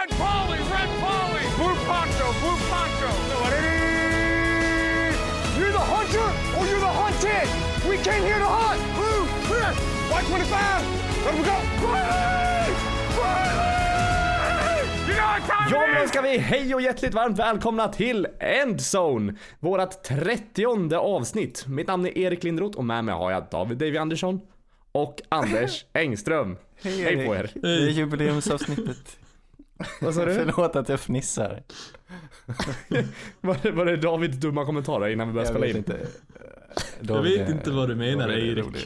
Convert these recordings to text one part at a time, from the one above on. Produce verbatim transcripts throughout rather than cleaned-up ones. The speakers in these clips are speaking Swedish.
Red Polly, Red Polly, Blue Poncho, Blue Poncho. You're the hunter or you're the hunted. We came here to hunt. Blue, clear. White twenty-five. Let we go. Riley! Riley! You know what time Ja, men ska vi hej och hjärtligt varmt välkomna till Endzone, vårat trettionde avsnitt. Mitt namn är Erik Lindroth och med mig har jag David Davy Andersson och Anders Engström. Hej, hej på er. Det är jubileumsavsnittet. Vad sa du? Förlåt att jag fnissar. var, det, var det Davids dumma kommentarer innan vi började spela in? Inte. Jag vet inte vad du menar, Erik.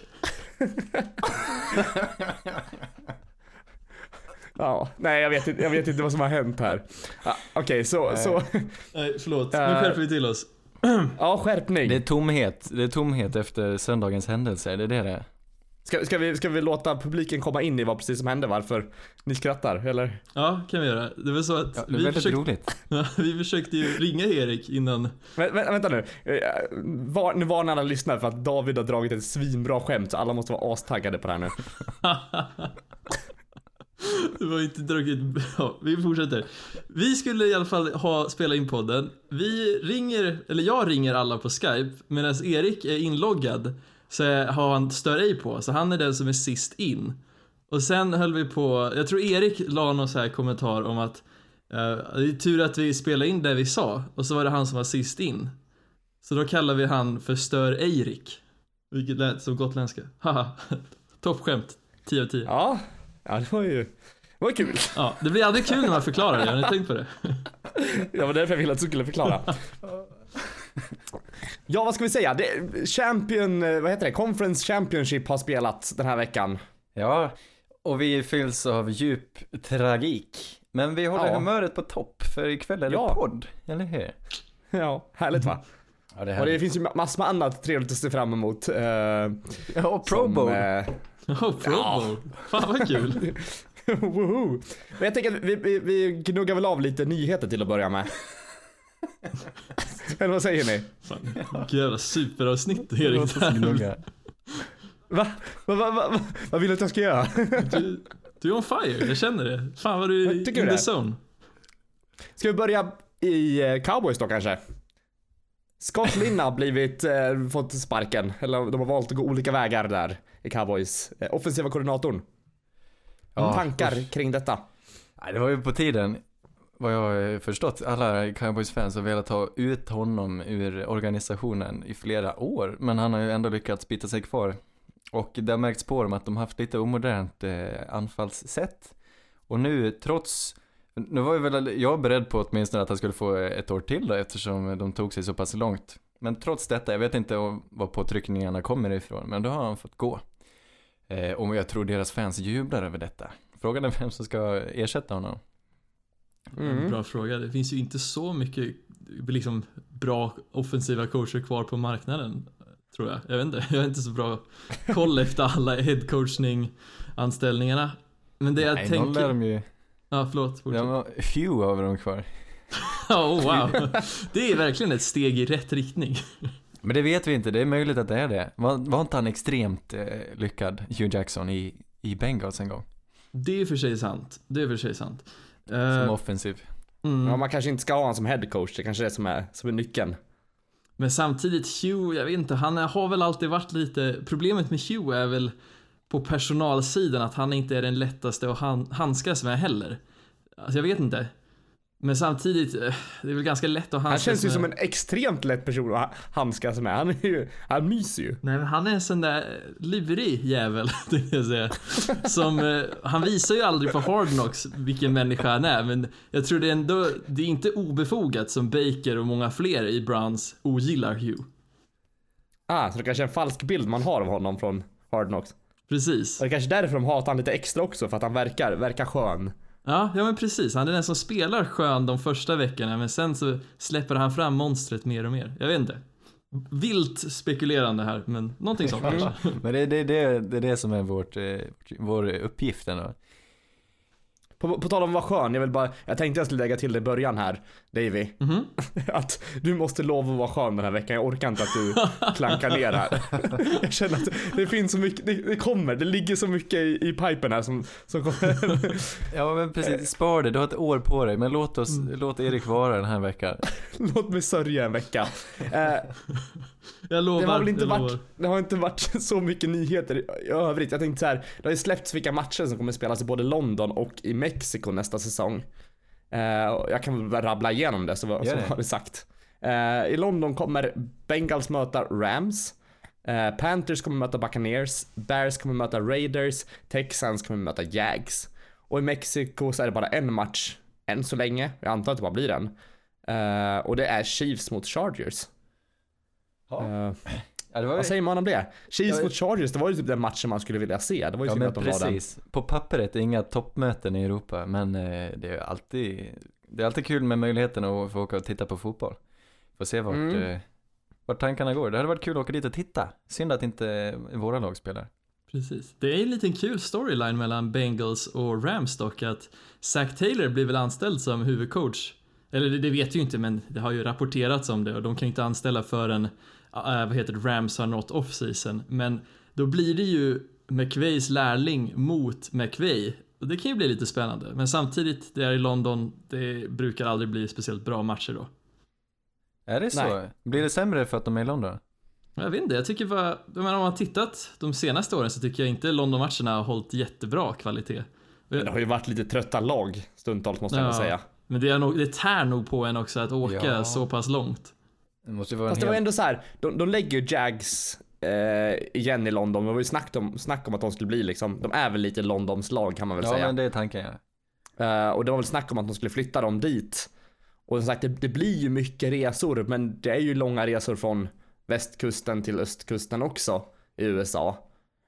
Ja, nej jag vet inte, jag vet inte vad som har hänt här. Ah, Okej, okay, så, nej. så Nej, förlåt, nu skärper vi till oss. Ja, skärpning. Det är tomhet, det är tomhet efter söndagens händelser, det är det det är. Ska, ska, vi, ska vi låta publiken komma in i vad precis som hände, varför ni skrattar, eller? Ja, kan vi göra. Det var så att Ja, det är vi, väldigt försökte, roligt. ja, vi försökte ju ringa Erik innan. Vä, vä, vänta nu, var, nu var alla lyssnare för att David har dragit ett svinbra skämt, så alla måste vara astaggade på det här nu. Det var inte dragit. Ja, vi fortsätter. Vi skulle i alla fall ha spela in podden. Vi ringer, eller jag ringer alla på Skype, medan Erik är inloggad. Så har han stör ej på, så han är den som är sist in. Och sen höll vi på, jag tror Erik la någon så här kommentar om att uh, det är tur att vi spelade in det vi sa. Och så var det han som var sist in. Så då kallar vi han för Stör Eirik, vilket lät som gotländska. Haha, toppskämt, tio av tio. Ja, ja det var ju det var kul. Ja, det blir aldrig kul när man förklarar det, har ni tänkt på det? Ja, men därför jag ville att du skulle förklara. Ja, vad ska vi säga? Det, Champion, vad heter det? Conference Championship har spelat den här veckan. Ja, och vi fylls av djup tragik. Men vi håller Ja. humöret på topp, för ikväll är det Ja. podd, eller hur? Ja, härligt va? Ja, det, är Och det härligt. finns ju massor med annat trevligt att se fram emot. Uh, Ja, och Pro Bowl. Eh, Oh, Pro Bowl. Fan vad kul. woho. Men jag tänker att vi, vi, vi gnuggar väl av lite nyheter till att börja med. Eller vad säger ni? Fan, vilket jävla superavsnitt, Det Erik. låter som gnugga. Va? Va, va, va, va? Vad vill du att jag ska göra? Du, du är on fire, jag känner det. Fan vad du är in Tycker du the det? zone. Ska vi börja i eh, Cowboys då kanske? Scott Lynn har blivit, eh, fått sparken. Eller de har valt att gå olika vägar där i Cowboys. Eh, offensiva koordinatorn. Ja, Tankar usch. kring detta? Nej, det var ju på tiden, vad jag har förstått. Alla Cowboys-fans har velat ta ut honom ur organisationen i flera år. Men han har ju ändå lyckats bita sig kvar. Och det har märkts på dem att de haft lite omodernt eh, anfallssätt. Och nu, trots... Nu var jag väl jag beredd på åtminstone att han skulle få ett år till då, eftersom de tog sig så pass långt. Men trots detta, jag vet inte var påtryckningarna kommer ifrån, men då har han fått gå. Eh, och jag tror deras fans jublar över detta. Frågan är vem som ska ersätta honom. Mm. Bra fråga. Det finns ju inte så mycket liksom, bra offensiva coacher kvar på marknaden, tror jag. Jag vet inte, jag har inte så bra koll efter alla headcoachning anställningarna. Men det jag Nej, tänker... noll är de ju... Ja, förlåt. Det fortsätt. var few av dem kvar. Oh, wow. Det är verkligen ett steg i rätt riktning. Men det vet vi inte, det är möjligt att det är det. Var, var inte han extremt eh, lyckad, Hugh Jackson, i, i Bengals en gång? Det är för sig sant. Det är för sig sant. Som Uh, offensiv. mm. Ja, man kanske inte ska ha honom som head coach. Det kanske är det som är, som är nyckeln. Men samtidigt Hugh, jag vet inte, han har väl alltid varit lite... Problemet med Hugh är väl på personalsidan att han inte är den lättaste att han, handskas med heller. Alltså jag vet inte. Men samtidigt, det är väl ganska lätt att handskas Han känns ju med... som en extremt lätt person att handskas med. Han är ju, han myser ju. Nej, men han är en sån där lurig jävel, tänkte jag säga. Som, eh, han visar ju aldrig på Hard Knocks vilken människa han är. Men jag tror det är ändå, det är inte obefogat som Baker och många fler i Browns ogillar Hugh. Ah, så det kanske är en falsk bild man har av honom från Hard Knocks. Precis. Och det är kanske därför de hatar han lite extra också, för att han verkar, verkar skön. Ja, ja men precis. Han är den som spelar skön de första veckorna, men sen så släpper han fram monstret mer och mer. Jag vet inte. Vilt spekulerande här, men någonting sånt kanske. Men det, det, det, det är det som är vårt, eh, vår uppgift ändå. På, på tal om vad skön, jag vill bara, jag tänkte jag skulle lägga till det i början här, Davy. Mm-hmm. Att du måste lova att vara skön den här veckan. Jag orkar inte att du klankar ner här. Jag känner att det finns så mycket, det, det kommer, det ligger så mycket i, i pipen här som, som kommer. Ja men precis, spar det, du har ett år på dig. Men låt oss, mm. låt Erik vara den här veckan. Låt mig sörja en vecka. eh, Jag lovar, det har väl inte jag varit, lovar. det har inte varit så mycket nyheter i övrigt. Jag tänkte så här, det har ju släppts vilka matcher som kommer spelas i både London och i Mexiko nästa säsong. Uh, jag kan väl rabbla igenom det, så, så det. har vi sagt. Uh, I London kommer Bengals möta Rams. Uh, Panthers kommer möta Buccaneers. Bears kommer möta Raiders. Texans kommer möta Jags. Och i Mexiko så är det bara en match än så länge. Jag antar att det bara blir en. Uh, och det är Chiefs mot Chargers. Ja. Uh, Ja, det var... Vad säger man om det? Chiefs ja, mot Chargers, det var ju typ den matchen man skulle vilja se. Det var ju ja, synd men att de precis. På pappret är inga toppmöten i Europa, men eh, det är alltid det är alltid kul med möjligheten att få åka och titta på fotboll. Få se vart, mm. eh, vart tankarna går. Det hade varit kul att åka dit och titta. Synd att inte våra lag spelar. Precis. Det är en liten kul storyline mellan Bengals och Rams dock, att Zach Taylor blir väl anställd som huvudcoach. Eller det, det vet ju inte, men det har ju rapporterats om det, och de kan inte anställa förrän Uh, vad heter det, Rams har nått off-season. Men då blir det ju McVays lärling mot McVay, och det kan ju bli lite spännande. Men samtidigt, det är i London, det brukar aldrig bli speciellt bra matcher då. Är det så? Nej. Blir det sämre för att de är i London? Jag vet inte, jag tycker bara, om man har tittat de senaste åren så tycker jag inte London-matcherna har hållit jättebra kvalitet. Men det har ju varit lite trötta lag stundtals, måste jag ja, säga. Men det, är nog, det tär nog på en också att åka ja. så pass långt. Det måste vara Fast det hel... var ändå så här, de, de lägger ju Jags eh, igen i London. Det var ju snack om, snack om att de skulle bli liksom, de är väl lite Londons lag kan man väl ja, säga. Ja men det är tanken ja. eh, Och det var väl snack om att de skulle flytta dem dit. Och som sagt, det, det blir ju mycket resor, men det är ju långa resor från västkusten till östkusten också i U S A.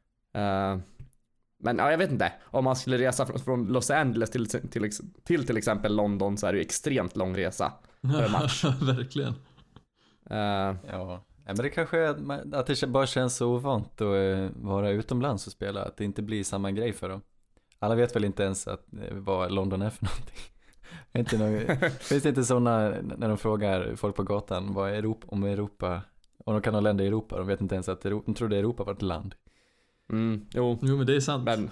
eh, Men ja, jag vet inte, om man skulle resa från, från Los Angeles till till, till till till exempel London, så är det ju extremt lång resa för en match. Verkligen. Uh, ja. Men det kanske är att, man, att det bara känns så ovant att uh, vara utomlands och spela, att det inte blir samma grej för dem. Alla vet väl inte ens att, uh, vad London är för någonting. inte någon, finns det inte sådana när de frågar folk på gatan vad är Europa, om Europa, om de kan ha länder i Europa, de vet inte ens att Europa, de trodde Europa var ett land. Mm, jo. jo men det är sant. Men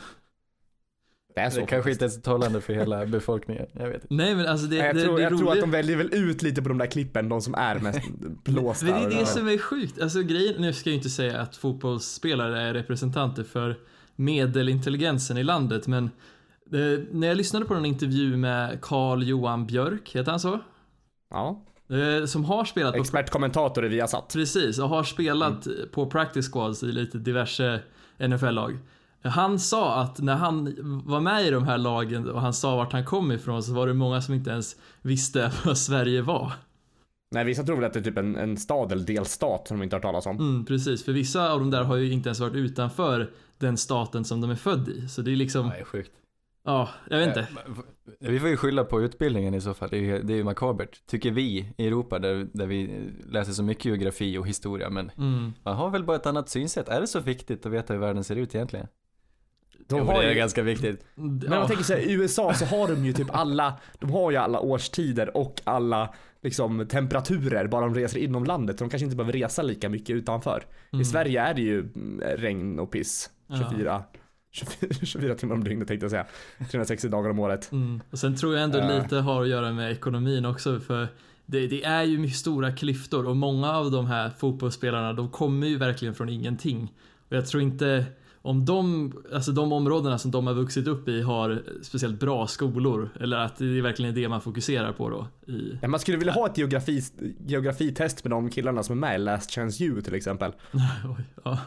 det är så det kanske inte är så talande för hela befolkningen, jag vet inte. Nej men alltså det, jag det, tror, det jag roliga... tror att de väljer väl ut lite på de där klippen, de som är mest blåsta. Men det är det som är sjukt. Alltså grejen, nu ska jag inte säga att fotbollsspelare är representanter för medelintelligensen i landet, men eh, när jag lyssnade på en intervju med Carl Johan Björk, heter han så? Ja. Eh, som har spelat på... Expertkommentator i Viasat. Precis, och har spelat mm. på practice squads i lite diverse N F L-lag. Han sa att när han var med i de här lagen och han sa vart han kom ifrån, så var det många som inte ens visste vad Sverige var. Nej, vissa tror väl att det är typ en, en stad eller delstat som de inte har talat om. Mm, precis, för vissa av de där har ju inte ens varit utanför den staten som de är född i. Så det är liksom... Nej, sjukt. Ja, jag vet inte. Vi får ju skylla på utbildningen i så fall. Det är ju, det är ju makabert, tycker vi i Europa, där, där vi läser så mycket geografi och historia. Men mm. man har väl bara ett annat synsätt. Är det så viktigt att veta hur världen ser ut egentligen? De jo, har det är ju... ganska viktigt. Men ja. Man tänker så här, i U S A så har de ju typ alla, de har ju alla årstider och alla liksom temperaturer bara de reser inom landet. De kanske inte behöver resa lika mycket utanför. Mm. I Sverige är det ju regn och piss tjugofyra, ja. tjugofyra, tjugofyra timmar om dygnet tänkte jag säga. trehundrasextio dagar om året. Mm. Och sen tror jag ändå uh. lite har att göra med ekonomin också, för det, det är ju mycket stora klyftor och många av de här fotbollsspelarna, de kommer ju verkligen från ingenting. Och jag tror inte om de, alltså de områdena som de har vuxit upp i har speciellt bra skolor, eller att det är verkligen det man fokuserar på då i... Ja, man skulle vilja ha ett geografi, geografitest med de killarna som är med i Last Chance U till exempel. Oj, ja.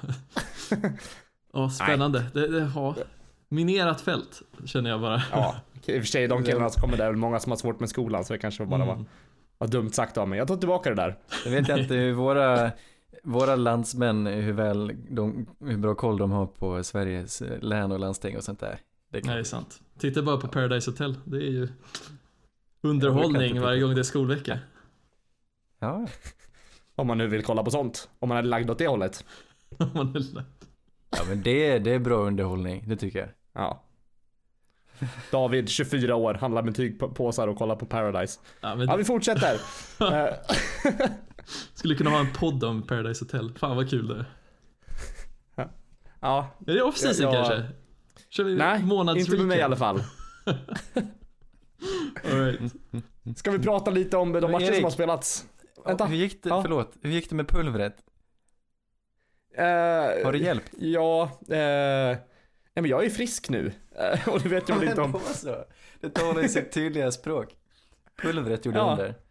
Ja, spännande. Det, det har minerat fält, känner jag bara. Ja, i och för sig de killarna som kommer där är många som har svårt med skolan, så det kanske bara mm. var, var dumt sagt av mig. Jag tar tillbaka det där. Jag vet inte hur våra... Våra landsmän, hur väl de, hur bra koll de har på Sveriges län och landsting och sånt där. Det kan... Nej, det är sant. Titta bara på Paradise Hotel. Det är ju underhållning varje gång det är skolvecka. Ja. Om man nu vill kolla på sånt. Om man är lagd åt det hållet. Om man är lagd. Ja, men det, det är bra underhållning, det tycker jag. Ja. David, tjugofyra år, handlar med tygpåsar och kollar på Paradise. Ja, men... ja vi fortsätter. Skulle kunna ha en podd om Paradise Hotel. Fan vad kul det är. Ja. Är det off-season ja, kanske? Kör vi nej, inte med mig i alla fall. All right. Ska vi prata lite om de matcher Erik, som har spelats? Vänta. Hur gick det, ja. förlåt, hur gick det med pulvret? Uh, Har det hjälpt? Ja, uh, ja men jag är frisk nu. Uh, och det vet jag väl inte om. Det talar i sitt tydliga språk. Pulvret gjorde ja. under.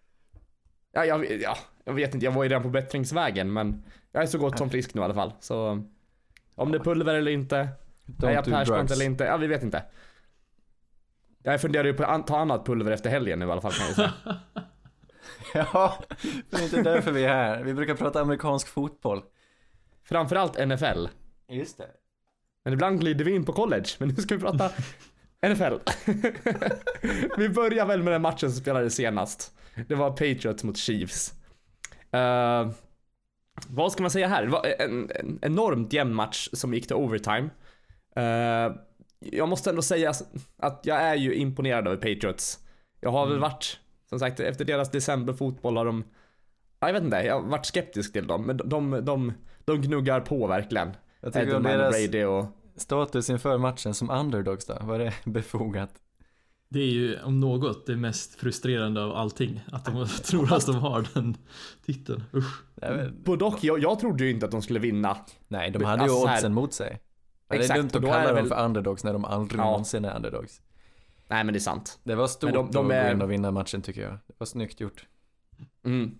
Ja jag, ja, jag vet inte, jag var ju redan på bättringsvägen, men jag är så gott som frisk nu i alla fall. Så om det är pulver eller inte, Don't är jag do persband drugs. eller inte, ja vi vet inte. Jag funderar ju på att ta annat pulver efter helgen nu i alla fall, kan jag säga. Ja, det är inte därför vi är här. Vi brukar prata amerikansk fotboll. Framförallt N F L. Just det. Men ibland glider vi in på college, men nu ska vi prata N F L. Vi börjar väl med den matchen som spelades senast. Det var Patriots mot Chiefs. Uh, vad ska man säga här? Det var en, en enormt jämn match som gick till overtime. Uh, jag måste ändå säga att jag är ju imponerad över Patriots. Jag har väl varit, som sagt, efter deras decemberfotboll har de, jag vet inte, jag har varit skeptisk till dem, men de, de, de, de gnuggar på verkligen. Jag tycker om Edelman, deras Brady och status inför matchen som underdogs då. Var det befogat? Det är ju om något det mest frustrerande av allting. Att de tror att de har den titeln. Usch. På dock, jag, jag trodde ju inte att de skulle vinna. Nej, de hade ju Alltså, oddsen här... mot sig. Men Exakt, det är dumt att då kalla är det dem väl... för underdogs när de aldrig Ja. någonsin är underdogs. Nej, men det är sant. Det var stort de, de att är... gå in och vinna matchen tycker jag. Det var snyggt gjort. Mm.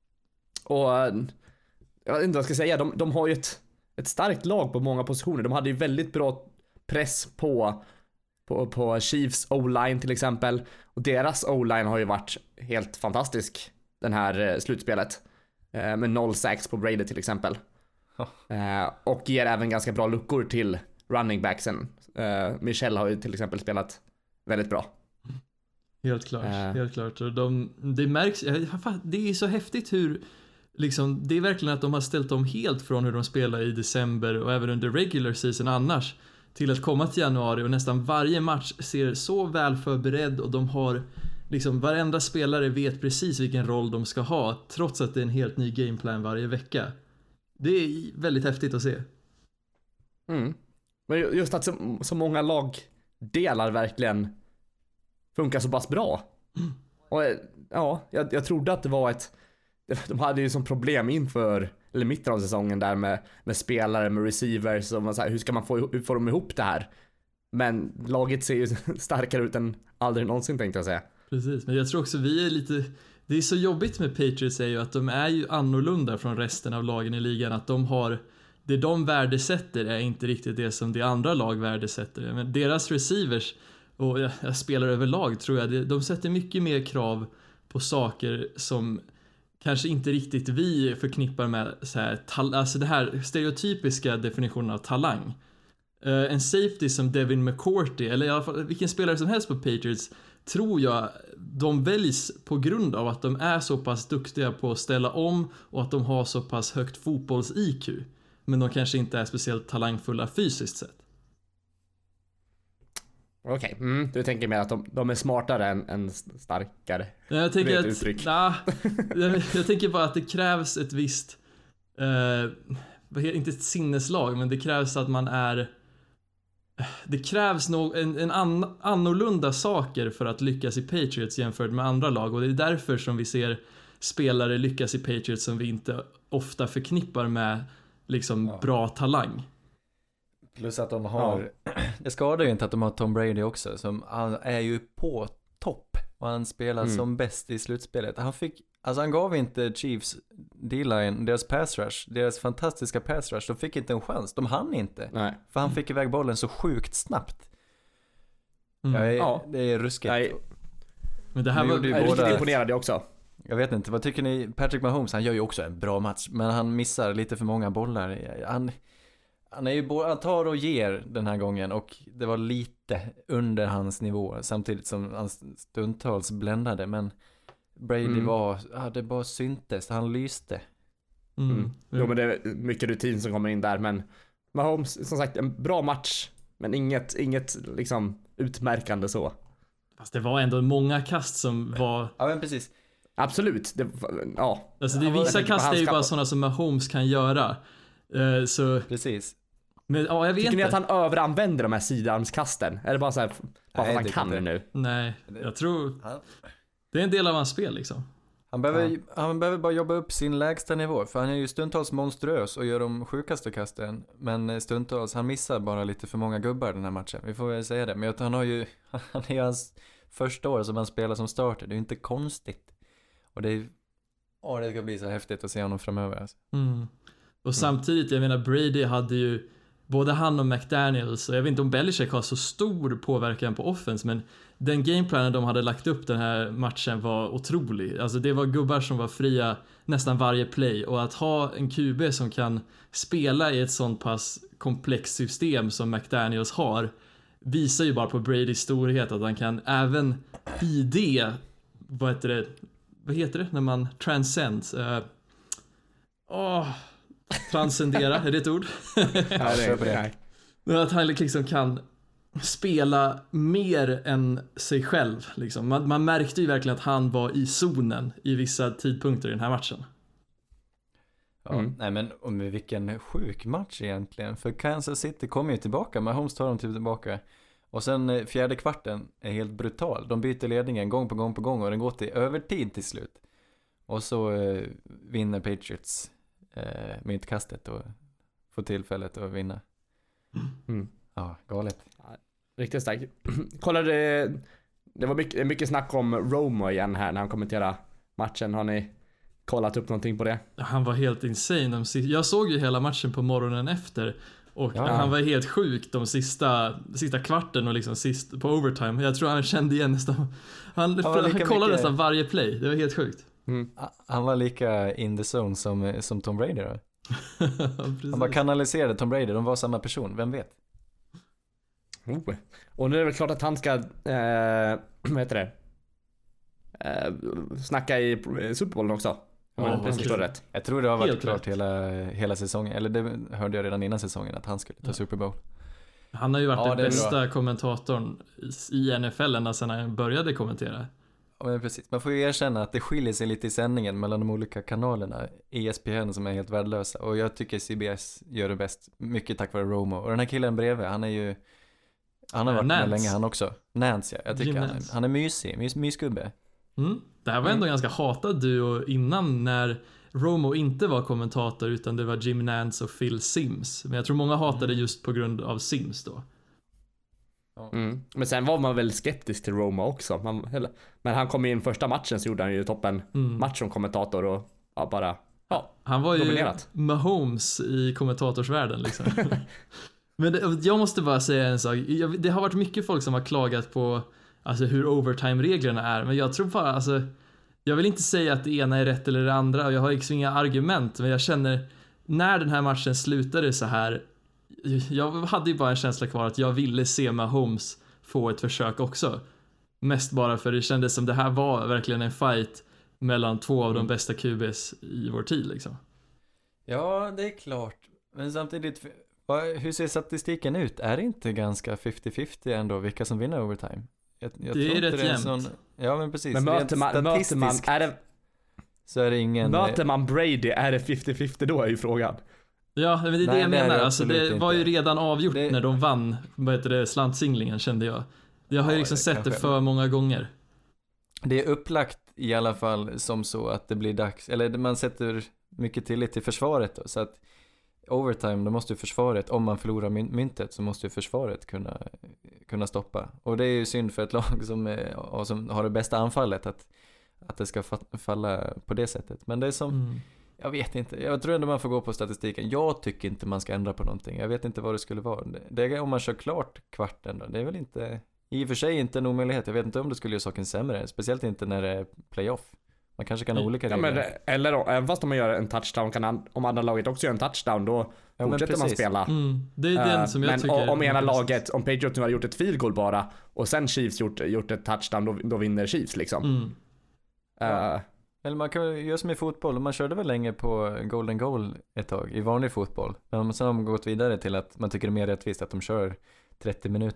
Och jag vet inte vad jag ska säga, de, de har ju ett, ett starkt lag på många positioner. De hade ju väldigt bra press på på, på Chiefs O-line till exempel. Och deras O-line har ju varit helt fantastisk den här slutspelet. Eh, med noll sacks på Brady till exempel. Oh. Eh, och ger även ganska bra luckor till running backsen. Eh, Michel har ju till exempel spelat väldigt bra. Helt klart, Uh. helt klart. Och de, det märks, det är så häftigt hur, liksom, det är verkligen att de har ställt om helt från hur de spelar i december och även under regular season annars, till att komma till januari och nästan varje match ser så väl förberedd och de har, liksom, varenda spelare vet precis vilken roll de ska ha, trots att det är en helt ny gameplan varje vecka. Det är väldigt häftigt att se. Mm. Men just att så, så många lagdelar verkligen funkar så pass bra. Mm. Och ja, jag, jag trodde att det var ett, de hade ju som problem inför, eller mitten av säsongen där med, med spelare, med receivers och man så här, hur ska man få, hur får de ihop det här? Men laget ser ju starkare ut än aldrig någonsin, tänkte jag säga. Precis, men jag tror också vi är lite, det är så jobbigt med Patriots är ju att de är ju annorlunda från resten av lagen i ligan, att de har, det de värdesätter är inte riktigt det som de andra lag värdesätter. Men deras receivers och jag, jag spelar överlag tror jag, de sätter mycket mer krav på saker som kanske inte riktigt vi förknippar med så här, tal- alltså det här stereotypiska definitionen av talang. Uh, en safety som Devin McCourty, eller i alla fall vilken spelare som helst på Patriots, tror jag de väljs på grund av att de är så pass duktiga på att ställa om och att de har så pass högt fotbolls-I Q. Men de kanske inte är speciellt talangfulla fysiskt sett. Okej, okay. mm, du tänker mer att de, de är smartare än, än starkare. Jag tänker att, nah, jag, jag tänker bara att det krävs ett visst, eh, inte ett sinneslag, men det krävs att man är, det krävs nog en, en an, annorlunda saker för att lyckas i Patriots jämfört med andra lag, och det är därför som vi ser spelare lyckas i Patriots som vi inte ofta förknippar med liksom ja. bra talang. Plus att de har, ja. Det skadar ju inte att de har Tom Brady också, som han är ju på topp och han spelar mm. som bäst i slutspelet. Han fick, alltså han gav inte Chiefs D-line, deras pass rush, deras fantastiska pass rush, de fick inte en chans, de hann inte. Nej. För han fick iväg bollen så sjukt snabbt. Mm. Jag är, ja. Det är ruskigt. Nej. Men det här var ju båda... riktigt imponerad jag också. Jag vet inte, vad tycker ni? Patrick Mahomes, han gör ju också en bra match, men han missar lite för många bollar. Han, han är ju både, han tar och ger den här gången, och det var lite under hans nivå samtidigt som han stundtals bländade, men Brady mm. var, ja, det bara syntes, han lyste. Mm. Mm. Jo, men det är mycket rutin som kommer in där, men Mahomes, som sagt, en bra match, men inget, inget liksom utmärkande så. Fast det var ändå många kast som var... Ja men precis. Absolut, det, ja. Alltså det, vissa kast är ju bara sådana som Mahomes kan göra. Uh, så... Precis. Men ja, jag vet Tycker inte. ni att han överanvänder de här sidarmskasten? Är det bara så här, bara för att han kan inte. nu? Nej, jag tror... Han, Det är en del av hans spel liksom. han, behöver, han behöver bara jobba upp sin lägsta nivå. För han är ju stundtals monstruös och gör de sjukaste kasten. Men stundtals, han missar bara lite för många gubbar den här matchen. Vi får väl säga det. Men han har ju, han är ju hans första år som han spelar som starter. Det är ju inte konstigt. Och det är, åh, det ska bli så häftigt att se honom framöver alltså. Mm. Och samtidigt, jag menar Brady hade ju både han och McDaniels, och jag vet inte om Belichick har så stor påverkan på offense, men den gameplanen de hade lagt upp den här matchen var otrolig. Alltså det var gubbar som var fria nästan varje play, och att ha en Q B som kan spela i ett sånt pass komplext system som McDaniels har visar ju bara på Bradys storhet, att han kan även i det, vad heter det, vad heter det när man transcends? Uh, oh, transcendera, är det ett ord? Ja, det, det. Att han liksom kan spela mer än sig själv. Liksom. Man, man märkte ju verkligen att han var i zonen i vissa tidpunkter i den här matchen. Ja, mm. nej men om vilken sjuk match egentligen. För Kansas City kommer ju tillbaka, Mahomes tar dem typ tillbaka. Och sen fjärde kvarten är helt brutal. De byter ledningen gång på gång på gång och den går till övertid till slut. Och så eh, vinner Patriots eh, myntkastet och får tillfället att vinna. Mm. Ja, galet. Riktigt starkt. Kollade, det var mycket, mycket snack om Romo igen här när han kommenterade matchen. Har ni kollat upp någonting på det? Han var helt insane. Jag såg ju hela matchen på morgonen efter. Och ja. Han var helt sjuk de sista, sista kvarten och liksom sist på overtime. Jag tror han kände igen nästan. Han, han, han kollade mycket... nästan varje play. Det var helt sjukt. Mm. Han var lika in the zone som, som Tom Brady då. Han bara kanaliserade Tom Brady. De var samma person, vem vet? Oh. Och nu är det väl klart att han ska eh, vad heter det? Eh, snacka i Super Bowl också. Om oh, jag förstår rätt. Jag tror det har varit helt klart rätt. hela, hela säsongen. Eller det hörde jag redan innan säsongen att han skulle ta ja. Super Bowl. Han har ju varit ja, den bästa bra. kommentatorn i N F L ända sedan han började kommentera. Ja, men precis. Man får ju erkänna att det skiljer sig lite i sändningen mellan de olika kanalerna. E S P N som är helt värdelösa. Och jag tycker C B S gör det bäst. Mycket tack vare Romo. Och den här killen bredvid, han är ju... Han har varit Nance. med länge han också. Nance, ja. Jag tycker han är, han är mysig. Mys, mysgubbe. Mm. Det här var ändå mm. ganska hatad duo innan, när Romo inte var kommentator utan det var Jim Nance och Phil Simms. Men jag tror många hatade just på grund av Simms då. Mm. Men sen var man väl skeptisk till Romo också. Man, eller, men han kom in första matchen så gjorde han ju toppen mm. match som kommentator och ja, bara ja, han var ju dominerat. Mahomes i kommentatorsvärlden liksom. Men det, jag måste bara säga en sak. Jag, det har varit mycket folk som har klagat på alltså, hur overtime-reglerna är. Men jag tror bara, alltså, jag vill inte säga att det ena är rätt eller det andra. Och jag har liksom inga argument. Men jag känner, när den här matchen slutade så här. Jag hade ju bara en känsla kvar att jag ville se Mahomes få ett försök också. Mest bara för det kändes som det här var verkligen en fight mellan två av de bästa Q Bs i vår tid liksom. Ja, det är klart. Men samtidigt, hur ser statistiken ut? Är det inte ganska fifty fifty ändå vilka som vinner overtime? Jag, jag det är rätt jämnt. Sån... Ja, men precis. Men möter man, möter man, är det... så är det ingen... Möter man Brady, är det fifty fifty då är ju frågan. Ja, men det är Nej, det jag det menar. Alltså, det inte. var ju redan avgjort det... när de vann, vad heter det, slantsinglingen kände jag. Jag har ju ja, liksom det sett det för själv. många gånger. Det är upplagt i alla fall som så att det blir dags, eller man sätter mycket tillit till försvaret då, så att overtime, då måste ju försvaret, om man förlorar myntet så måste ju försvaret kunna, kunna stoppa. Och det är ju synd för ett lag som, är, som har det bästa anfallet att, att det ska falla på det sättet. Men det är som, mm. jag vet inte, jag tror ändå man får gå på statistiken. Jag tycker inte man ska ändra på någonting. Jag vet inte vad det skulle vara. Det är om man kör klart kvarten då, det är väl inte, i och för sig inte en omöjlighet. Jag vet inte om det skulle göra saken sämre, speciellt inte när det är playoff. Man kanske kan ha olika ja, regler. men, eller även fast om man gör en touchdown, kan han, om andra laget också gör en touchdown, då ja, fortsätter man spela. Mm, det är den som jag men tycker. Om ena laget, om Patriots nu har gjort ett field goal bara och sen Chiefs gjort, gjort ett touchdown, då, då vinner Chiefs liksom. Mm. Uh, ja. Eller man kan göra som i fotboll. Man körde väl länge på golden goal ett tag i vanlig fotboll. Men sen har man gått vidare till att man tycker det är mer rättvist att de kör trettio minuter.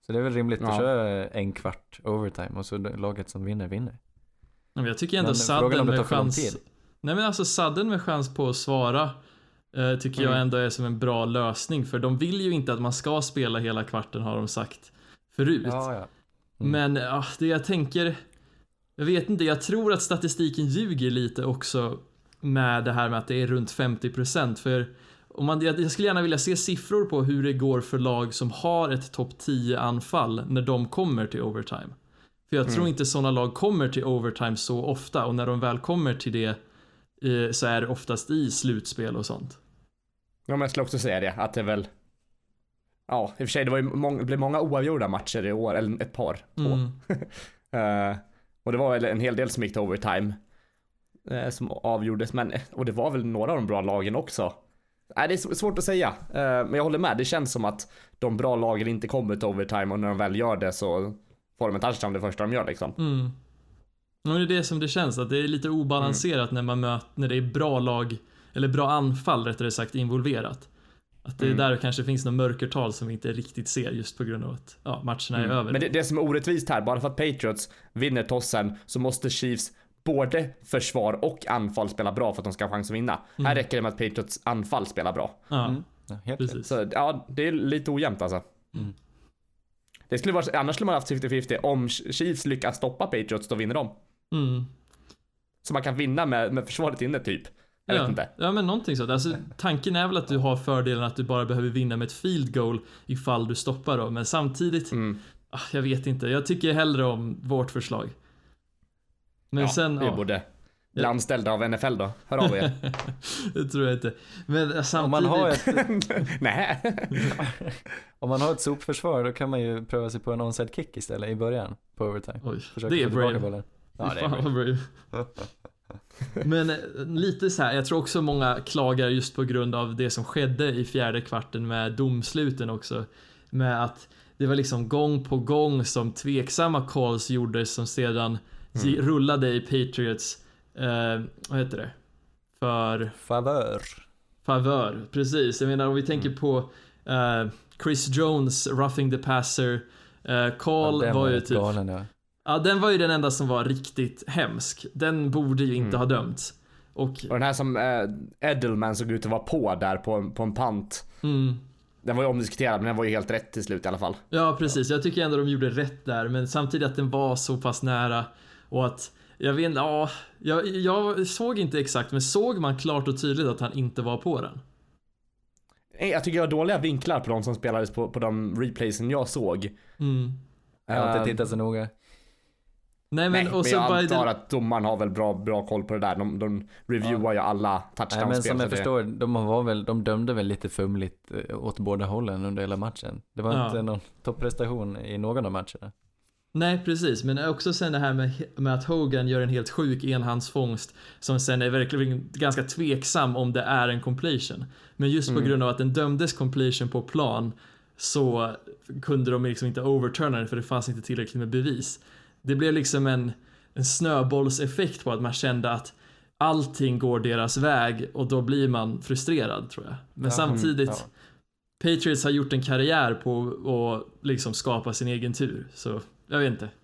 Så det är väl rimligt Ja. att köra en kvart overtime och så laget som vinner vinner. Men jag tycker ändå Men frågan Sudden om det tar med för lång chans. tid. Nej men alltså Sudden med chans på att svara eh, tycker jag Mm. ändå är som en bra lösning, för de vill ju inte att man ska spela hela kvarten, har de sagt förut. Ja, ja. Mm. Men ja, det jag tänker, jag vet inte, jag tror att statistiken ljuger lite också med det här med att det är runt femtio procent, för om man, jag skulle gärna vilja se siffror på hur det går för lag som har ett topp tio anfall när de kommer till overtime. För jag tror Mm. inte sådana lag kommer till overtime så ofta, och när de väl kommer till det eh, så är det oftast i slutspel och sånt. Ja, men jag skulle också säga det, att det är väl... Ja, i och för sig, det var ju många, det blev många oavgjorda matcher i år, eller ett par, två. Mm. Eh, och det var väl en hel del som gick till overtime uh, som avgjordes, men och det var väl några av de bra lagen också. Nej, det är svårt att säga, uh, men jag håller med, det känns som att de bra lagen inte kommer till overtime, och när de väl gör det så får de en touchdown det första de gör liksom. Mm. Och det är det som det känns, att det är lite obalanserat mm. när man möter, när det är bra lag, eller bra anfall rättare sagt, involverat. Att det är Mm. där kanske finns någon mörkertal som vi inte riktigt ser, just på grund av att ja, matcherna är Mm. över. Men det, det som är orättvist här, bara för att Patriots vinner tossen så måste Chiefs både försvar och anfall spela bra för att de ska ha chans att vinna. Mm. Här räcker det med att Patriots anfall spelar bra. Ja, Mm. Ja, helt rätt. precis. Så ja, det är lite ojämnt alltså. Mm. Det skulle vara, annars skulle man haft femtio femtio. Om Chiefs lyckas stoppa Patriots, då vinner de. Mm. Så man kan vinna med, med försvaret inne typ. Jag ja. vet inte. Ja, men någonting sånt. Alltså, tanken är väl att du har fördelen att du bara behöver vinna med ett field goal ifall du stoppar dem. Men samtidigt, Mm. ah, jag vet inte. Jag tycker hellre om vårt förslag. Men Ja, sen, vi ja, borde bli anställda av N F L då. Hör av er. det tror jag inte. Men eh, samtidigt... Om man har ett Nej. Om man har ett sopförsvar, då kan man ju pröva sig på en onside kick istället i början på overtime. Oj, Försöka det är få tillbaka brave. bollen. Ja, det är Fan, brave. vad brave. Men eh, lite så här, jag tror också många klagar just på grund av det som skedde i fjärde kvarten med domsluten också. Med att det var liksom gång på gång som tveksamma calls gjordes som sedan mm. rullade i Patriots, eh, vad heter det? För favör. Favör, precis. Jag menar om vi tänker mm. på eh, Chris Jones roughing the passer eh, call ja, var ju var typ galen, ja. Ja, den var ju den enda som var riktigt hemsk. Den borde ju inte Mm. ha dömts. Och, Och den här som eh, Edelman såg ut att vara på där på en, på en pant. mm, Den var ju omdiskuterad, men den var ju helt rätt till slut i alla fall. ja, precis. Jag tycker ändå de gjorde rätt där. Men samtidigt att den var så pass nära. Och att, jag vet inte, ja, jag, jag såg inte exakt. Men såg man klart och tydligt att han inte var på den? Nej, jag tycker jag har dåliga vinklar på de som spelades på, på de replaysen jag såg. Mm. Jag har inte Um, tittat så noga. Nej, men, Nej, och men så jag antar Biden... att domaren har väl bra, bra koll på det där. De, de reviewar ju alla Nej, men touchdown-spel. som jag så det- förstår, de, var väl, de dömde väl lite fumligt eh, åt båda hållen under hela matchen. Det var Ja. inte någon topprestation i någon av matcherna. Nej, precis. Men också sen det här med, med att Hogan gör en helt sjuk enhandsfångst som sen är verkligen ganska tveksam om det är en completion. Men just på Mm. grund av att den dömdes completion på plan så kunde de liksom inte overturna den för det fanns inte tillräckligt med bevis. Det blev liksom en, en snöbollseffekt på att man kände att allting går deras väg och då blir man frustrerad, tror jag. Men Ja, samtidigt ja. Patriots har gjort en karriär på att liksom skapa sin egen tur, så jag vet inte.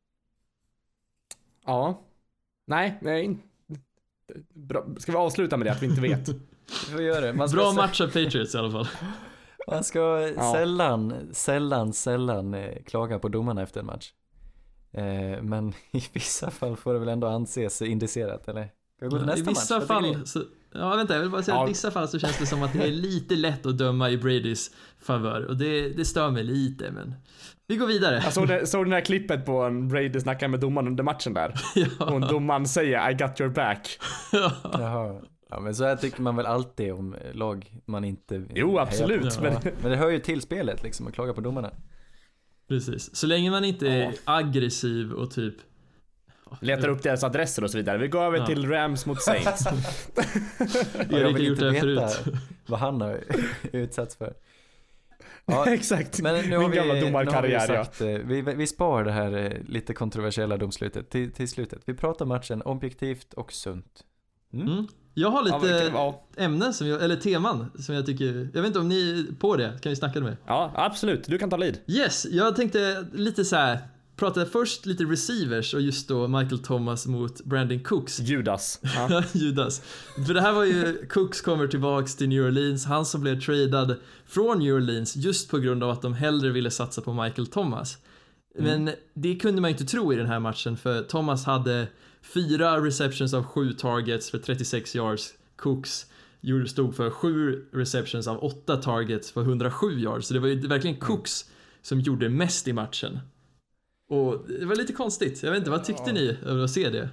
Ja. Nej, nej. Bra. Ska vi avsluta med det att vi inte vet? Vi får göra det. Man ska Bra sä- match av Patriots i alla fall. Man ska sällan, sällan, sällan eh, klaga på domarna efter en match. Eh, men i vissa fall får det väl ändå anses indicerat, eller? Ska vi gå till nästa I vissa match? Vad tycker fall ni? så, ja, vänta, jag vill bara säga Ja. att i vissa fall så känns det som att det är lite lätt att döma i Bradys favör och det, det stör mig lite, men vi går vidare. Jag såg det, såg det här klippet på en Brady snackar med domaren under matchen där. Ja. Och domaren säger I got your back. Jaha. Ja, men så här tycker man väl alltid om lag man inte Jo, hejar absolut. på. Men, Ja. Men det hör ju till spelet liksom att klaga på domarna. Precis, så länge man inte är aggressiv och typ letar upp deras adresser och så vidare. Vi går över Ja. till Rams mot Saints. Jag Erik har vill gjort inte det här veta förut. vad han har utsatts för. Ja, Exakt. men nu har Min vi, gamla nu har vi domarkarriär, ja. sagt, eh, vi, vi spar det här eh, lite kontroversiella domslutet till, till slutet. Vi pratar matchen objektivt och sunt. Mm. Mm. Jag har lite Ja, vilka- ja. ämnen, som jag, eller teman som jag tycker, jag vet inte om ni är på det, kan vi snacka med? Ja, absolut. Du kan ta lead. Yes, jag tänkte lite så här, prata först lite receivers och just då Michael Thomas mot Brandon Cooks. Judas. Ja. Judas. För det här var ju, Cooks kommer tillbaks till New Orleans, han som blev tradad från New Orleans just på grund av att de hellre ville satsa på Michael Thomas. Men det kunde man ju inte tro i den här matchen, för Thomas hade fyra receptions av sju targets för trettiosex yards. Cooks stod för sju receptions av åtta targets för hundrasju yards. Så det var ju verkligen Cooks som gjorde mest i matchen. Och det var lite konstigt. Jag vet inte, vad tyckte ni över att se det?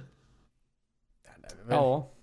Ja.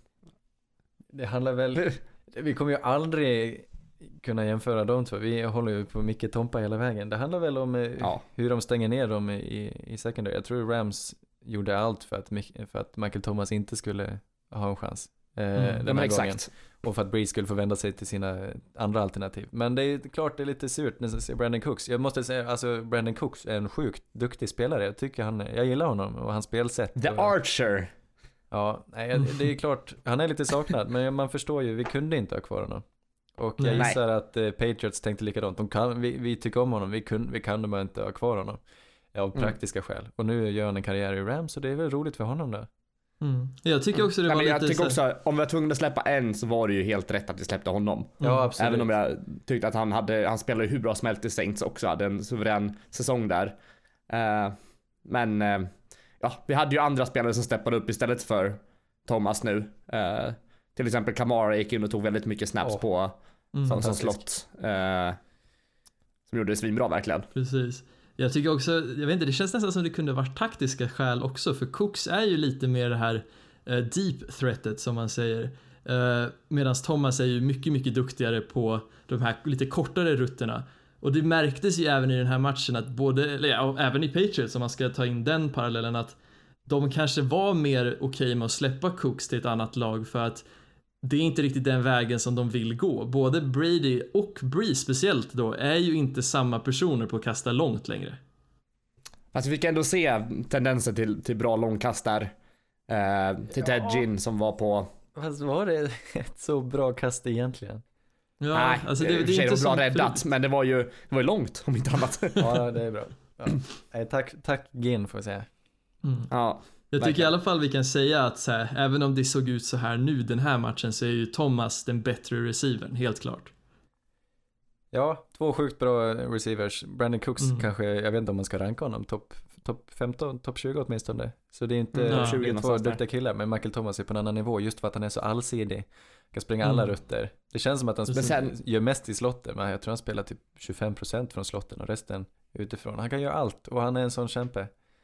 Det handlar väl, vi kommer ju aldrig kunna jämföra de två. Vi håller ju på Micke Tompa hela vägen. Det handlar väl om eh, Ja. hur de stänger ner dem i, i secondary. Jag tror Rams gjorde allt för att, Mich- för att Michael Thomas inte skulle ha en chans eh, Mm, den Ja, här men gången. exakt. Och för att Breeze skulle få vända sig till sina andra alternativ. Men det är klart det är lite surt när jag ser Brandon Cooks. Jag måste säga, alltså Brandon Cooks är en sjukt duktig spelare. Jag tycker han, jag gillar honom och hans spelsätt. The och, Archer. Ja, nej, det är klart, han är lite saknad. Men man förstår ju, vi kunde inte ha kvar honom. Och jag Nej. gissar att eh, Patriots tänkte likadant. De kan, vi, vi tycker om honom, vi, kun, vi kan bara inte ha kvar honom. Av praktiska skäl. Och nu gör han en karriär i Rams, så det är väl roligt för honom då. Mm. Jag tycker också det Nej, var men jag lite tycker så här- också, om vi var tvungna att släppa en så var det ju helt rätt att vi släppte honom. Ja, absolut. Även om jag tyckte att han hade, han spelade ju hur bra som helst i Saints också, hade en suverän säsong där. Eh, men eh, ja, vi hade ju andra spelare som steppade upp istället för Thomas nu. Eh, till exempel Kamara gick in och tog väldigt mycket snaps Ja. på Mm. som, som Fantastisk. slott. Eh, som gjorde det svinbra verkligen. Precis. Jag tycker också, jag vet inte, det känns nästan som det kunde varit taktiska skäl också, för Cooks är ju lite mer det här eh, deep threatet som man säger. Uh, Medan Thomas är ju mycket, mycket duktigare på de här lite kortare rutterna. Och det märktes ju även i den här matchen att både, eller ja, och även i Patriots, om man ska ta in den parallellen, att de kanske var mer okej med att släppa Cooks till ett annat lag, för att det är inte riktigt den vägen som de vill gå. Både Brady och Breeze speciellt då är ju inte samma personer på att kasta långt längre. Alltså vi kan ändå se tendenser till, till bra långkast där. Eh, till Ted Ja. Ginn som var på... Fast var det ett så bra kast egentligen? Ja, Nej, alltså det, det, det, det är inte det var som bra räddat, förut. men det var ju det var ju långt om inte annat. Ja, det är bra. Ja. Nej, tack, tack Gin får jag säga. Mm. Ja, Jag tycker verkligen. i alla fall vi kan säga att så här, även om det såg ut så här nu den här matchen, så är ju Thomas den bättre receivern, helt klart. Ja, två sjukt bra receivers. Brandon Cooks Mm. kanske, jag vet inte om man ska ranka honom, topp top femton, topp tjugo åtminstone. Så det är inte Mm, ja. tjugo, två någonstans där. duktiga killar, men Michael Thomas är på en annan nivå just för att han är så allsidig. Kan springa alla Mm. rutter. Det känns som att han Men sp- sen- gör mest i slotten, men jag tror han spelar typ tjugofem procent från slotten och resten utifrån. Han kan göra allt och han är en sån kämpe.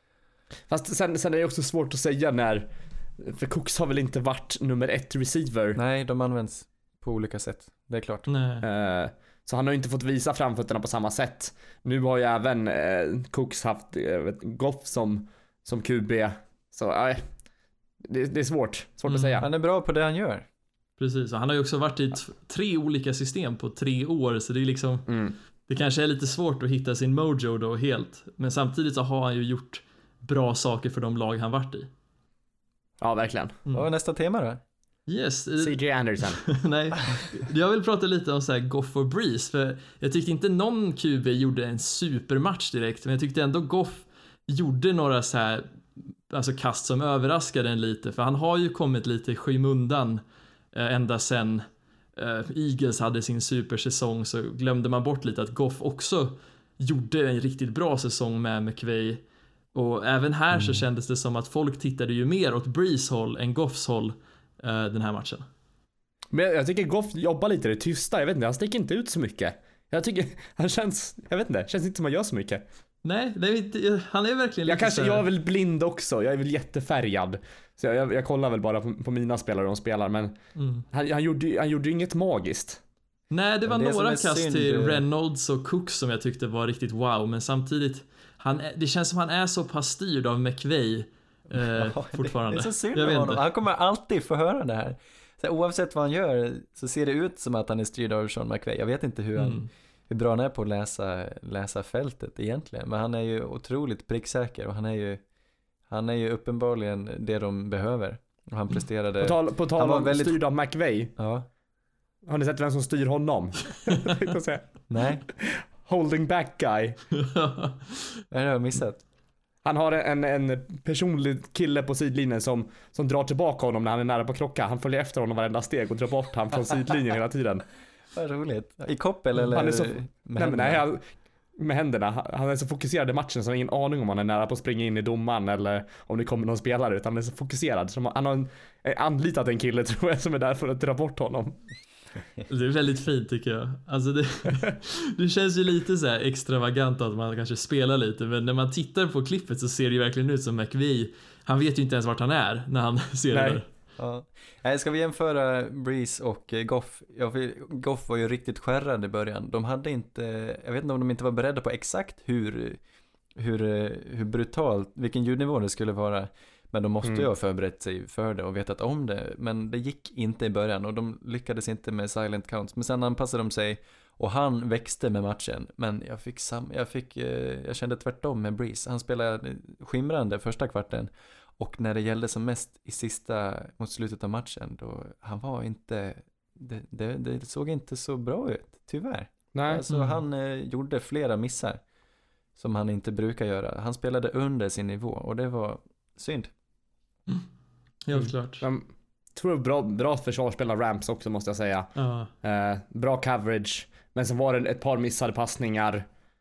fast sen, sen är det också svårt att säga när, för Cooks har väl inte varit nummer ett receiver. Nej, de används på olika sätt. Det är klart. Nej. Eh, så han har ju inte fått visa framfötterna på samma sätt. Nu har ju även eh, Cooks haft eh, Goff som, som Q B. Så nej, det, det är svårt, svårt Mm. att säga. Han är bra på det han gör. Precis, och han har ju också varit i t- tre olika system på tre år, så det är liksom, Mm. det kanske är lite svårt att hitta sin mojo då helt. Men samtidigt så har han ju gjort bra saker för de lag han varit i. Ja, verkligen. Vad var nästa tema då? Yes, eh, C J Anderson. nej. Jag vill prata lite om så här Goff och Breeze, för jag tyckte inte någon Q B gjorde en supermatch direkt, men jag tyckte ändå Goff gjorde några så här, alltså kast som överraskade en lite, för han har ju kommit lite i skymundan eh, ända sen eh, Eagles hade sin supersäsong, så glömde man bort lite att Goff också gjorde en riktigt bra säsong med McVay. Och även här så kändes det som att folk tittade ju mer åt Breeze håll än Goffs håll eh, den här matchen. Men jag tycker Goff jobbar lite i det tysta. Jag vet inte, han sticker inte ut så mycket. Jag tycker han känns, jag vet inte, känns inte som han gör så mycket. Nej, det är inte, han är verkligen Jag lite kanske, så här- jag är väl blind också. Jag är väl jättefärgad. Så jag, jag, jag kollar väl bara på, på mina spelare de spelar, men Mm. han, han gjorde ju- han gjorde ju inget magiskt. Nej, det var Men det som några är kast synd- till Reynolds och Cooks som jag tyckte var riktigt wow, men samtidigt han är, det känns som han är så pass styrd av McVay eh, Ja, fortfarande. Det är så synd Jag om vet honom. inte. Han kommer alltid få höra det här. Så här, oavsett vad han gör så ser det ut som att han är styrd av Sean McVay. Jag vet inte hur, han, Mm. hur bra han är på att läsa, läsa fältet egentligen. Men han är ju otroligt pricksäker och han är ju, han är ju uppenbarligen det de behöver. Och han presterade... På tal, på tal om väldigt... styrd av McVay. Ja. Har ni sett vem som styr honom? Nej. Holding back guy. Det har jag missat. Han har en, en personlig kille på sidlinjen som, som drar tillbaka honom när han är nära på krocka. Han följer efter honom varenda steg och drar bort honom från sidlinjen hela tiden. Vad roligt. I koppel eller han är så, med nej, händerna? Nej, han, med händerna. Han är så fokuserad i matchen så han har ingen aning om han är nära på att springa in i domaren eller om det kommer någon spelare, utan han är så fokuserad. Så han har en, anlitat en kille, tror jag, som är där för att dra bort honom. Det är väldigt fint, tycker jag. Alltså det, det känns ju lite så här extravagant att man kanske spelar lite, men när man tittar på klippet så ser det ju verkligen ut som McVay. Han vet ju inte ens vart han är när han ser Nej. det där. Ja. Nej, ska vi jämföra Breeze och Goff? Ja, för Goff var ju riktigt skärrad i början. De hade inte, jag vet inte om de inte var beredda på exakt hur, hur, hur brutalt, vilken ljudnivå det skulle vara. Men de måste mm. ju ha förberett sig för det och vetat om det. Men det gick inte i början och de lyckades inte med silent counts. Men sen anpassade de sig och han växte med matchen. Men jag fick sam, jag fick, jag kände tvärtom med Breeze. Han spelade skimrande första kvarten. Och när det gällde som mest i sista, mot slutet av matchen, då han var inte, det, det, det såg inte så bra ut, tyvärr. Nej. Alltså mm. han eh, gjorde flera missar som han inte brukar göra. Han spelade under sin nivå och det var synd. Mm. Helt klart. Jag tror bra, bra försvarsspel av Rams också, måste jag säga. Ja. Eh, bra coverage, men sen var det ett par missade passningar.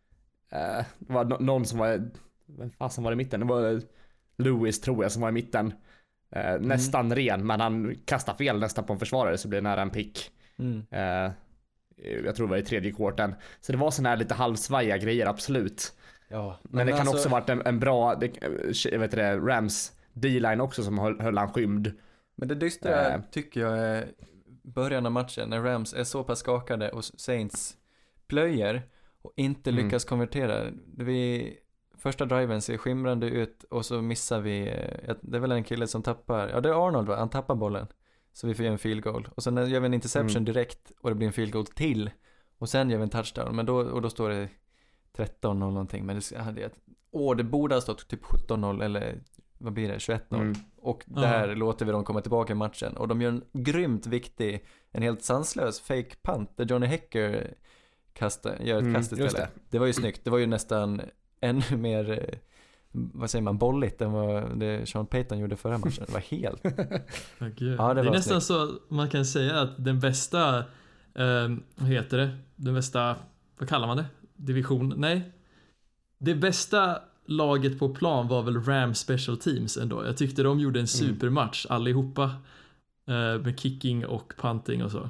Eh, det var no- någon som var, vem fasen var det i mitten? Det var Lewis, tror jag, som var i mitten. Eh, mm. Nästan ren, men han kastade fel nästan på en försvarare, så blev det nära en pick. Mm. Eh, jag tror det var i tredje kvarten. Så det var såna här lite halvsvajiga grejer, absolut. Ja, men, men det kan alltså... också varit en, en bra, det, jag vet det, Rams D-line också som höll, höll han skymd. Men det dystra eh. tycker jag är början av matchen när Rams är så pass skakade och Saints plöjer och inte mm. lyckas konvertera. Vi, första driven ser skimrande ut och så missar vi, det är väl en kille som tappar, ja det är Arnold va, han tappar bollen. Så vi får göra en field goal. Och sen gör vi en interception mm. direkt och det blir en field goal till. Och sen gör vi en touchdown, men då, och då står det tretton noll någonting. Men det, hade, åh, det borde ha stått typ sjutton noll eller vad blir det, tjugoett noll. Mm. Och där uh-huh. låter vi dem komma tillbaka i matchen. Och de gör en grymt viktig, en helt sanslös fake punt där Johnny Hecker kastar, gör ett mm, kast istället. Det. det var ju snyggt. Det var ju nästan ännu mer, vad säger man, bolligt än vad det Sean Payton gjorde förra matchen. Det var helt... oh, ja, det, det är nästan snyggt. Så man kan säga att den bästa, eh, vad heter det? Den bästa, vad kallar man det? Division? Nej. Det bästa laget på plan var väl Rams Special Teams ändå. Jag tyckte de gjorde en supermatch mm. allihopa eh, med kicking och punting och så.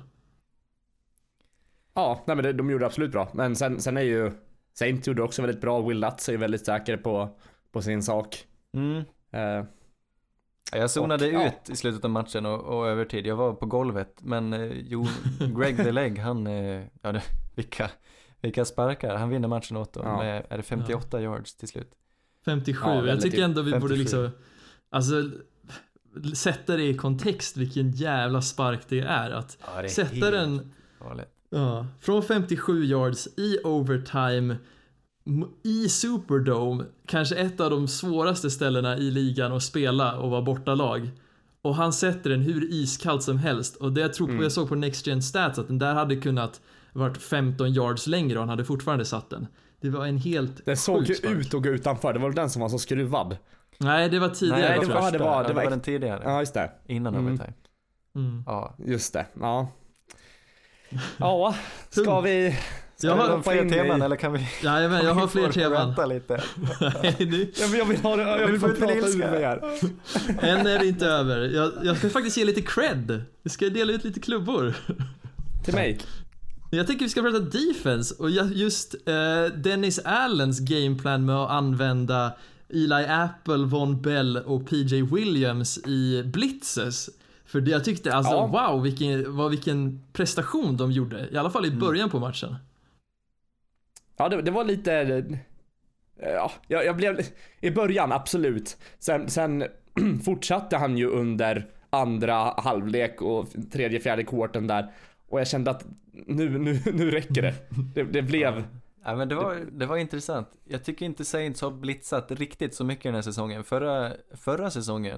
Ja, nej, men det, de gjorde absolut bra. Men sen, sen är ju Saint gjorde också väldigt bra. Will Lutz är väldigt säker på, på sin sak. Mm. Eh, jag zonade och, ut ja. i slutet av matchen och, och övertid. Jag var på golvet, men eh, jo, Greg the Leg, han, eh, ja det, vilka, vilka sparkar. Han vinner matchen åt dem ja. med, är det femtioåtta ja. yards till slut. femtiosju, ja, jag tycker ändå vi femtiosju. Borde liksom, alltså sätta det i kontext vilken jävla spark det är att ja, det är sätta den ja, från femtiosju yards i overtime i Superdome, kanske ett av de svåraste ställena i ligan att spela och vara bortalag, och han sätter den hur iskallt som helst, och det jag tror på, mm. jag såg på Next Gen Stats att den där hade kunnat varit femton yards längre och han hade fortfarande satt den. Det var en helt det såg ju ut och gå utanför. Det var den som var så skruvad. Nej, det var tidigare. Nej, det, det, var, det, var, det, det var, var den tidigare. Ja, just det. Innan mm. overtime. Mm. Ja, just det. Ja. Ja, ska vi ska jag har vi fler teman i... eller kan vi? Ja, men jag har fler teman. Vänta lite. Nej, du... jag, vill, jag vill ha det. Jag vill få prata ut med er. Än är det inte över. Jag, jag ska faktiskt ge lite cred. Vi ska dela ut lite klubbor. Till mig. Jag tycker vi ska prata defense och just uh, Dennis Allens gameplan med att använda Eli Apple, Von Bell och P J Williams i blitzes. För det jag tyckte, alltså ja. wow, vilken, vad, vilken prestation de gjorde. I alla fall i början mm. på matchen. Ja, det, det var lite... Ja, jag, jag blev... I början, absolut. Sen, sen fortsatte han ju under andra halvlek och tredje, fjärde kvarten där. Och jag kände att nu, nu, nu räcker det. Det, det blev... Ja. Ja, men det var, det var intressant. Jag tycker inte Saints har blitzat riktigt så mycket den här säsongen. Förra, förra säsongen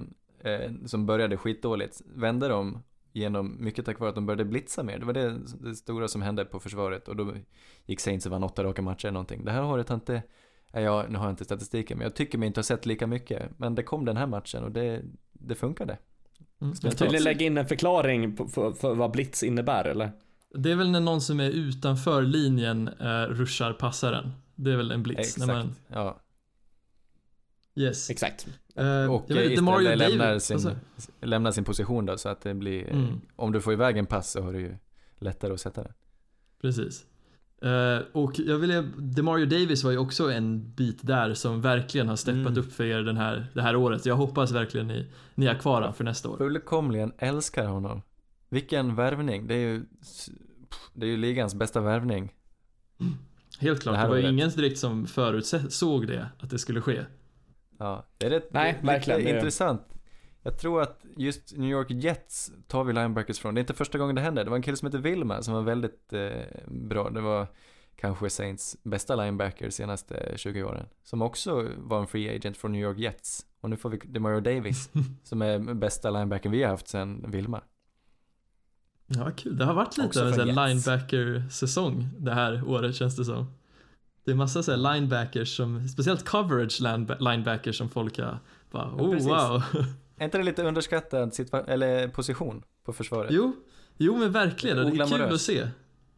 eh, som började skitdåligt, vände de genom mycket tack vare att de började blitza mer. Det var det, det stora som hände på försvaret, och då gick Saints och vann åtta raka matcher eller någonting. Det här året har inte, ja, nu har jag inte statistiken, men jag tycker mig inte ha sett lika mycket, men det kom den här matchen och det, det funkade. Mm. Vill ni lägga in en förklaring på, för, för vad blitz innebär, eller? Det är väl när någon som är utanför linjen eh, ruschar passaren. Det är väl en blitz. Exakt, när man... ja. Yes. Exakt. Uh, och jag vet, istället lämnar David, sin, alltså. lämnar sin position då, så att det blir, Mm. om du får iväg en pass så har du ju lättare att sätta den. Precis. Uh, och jag vill, DeMario Davis var ju också en bit där som verkligen har steppat Mm. upp för er den här, det här året. Jag hoppas verkligen ni, ni är kvar han för nästa år. Fullkomligen älskar honom. Vilken värvning. Det är ju, det är ju ligans bästa värvning. Helt klart, det det, här var ju året. ingen direkt som förutsåg det, att det skulle ske. Ja, det är rätt, Nej, det, verkligen, lite det är- intressant. Jag tror att just New York Jets tar vi linebackers från. Det är inte första gången det hände. Det var en kille som heter Vilma som var väldigt eh, bra. Det var kanske Saints bästa linebacker senaste tjugo åren. Som också var en free agent från New York Jets. Och nu får vi DeMario Davis som är bästa linebacken vi har haft sedan Vilma. Ja, kul. Det har varit lite Också av en från sån här Jets. linebacker-säsong det här året, känns det som. Det är massa så här linebackers som, speciellt coverage lineback- linebackers som folk har bara, oh precis. wow. Är inte det lite underskattad situa- eller position på försvaret? Jo, jo men verkligen, och det är kul Oglamoröst. att se.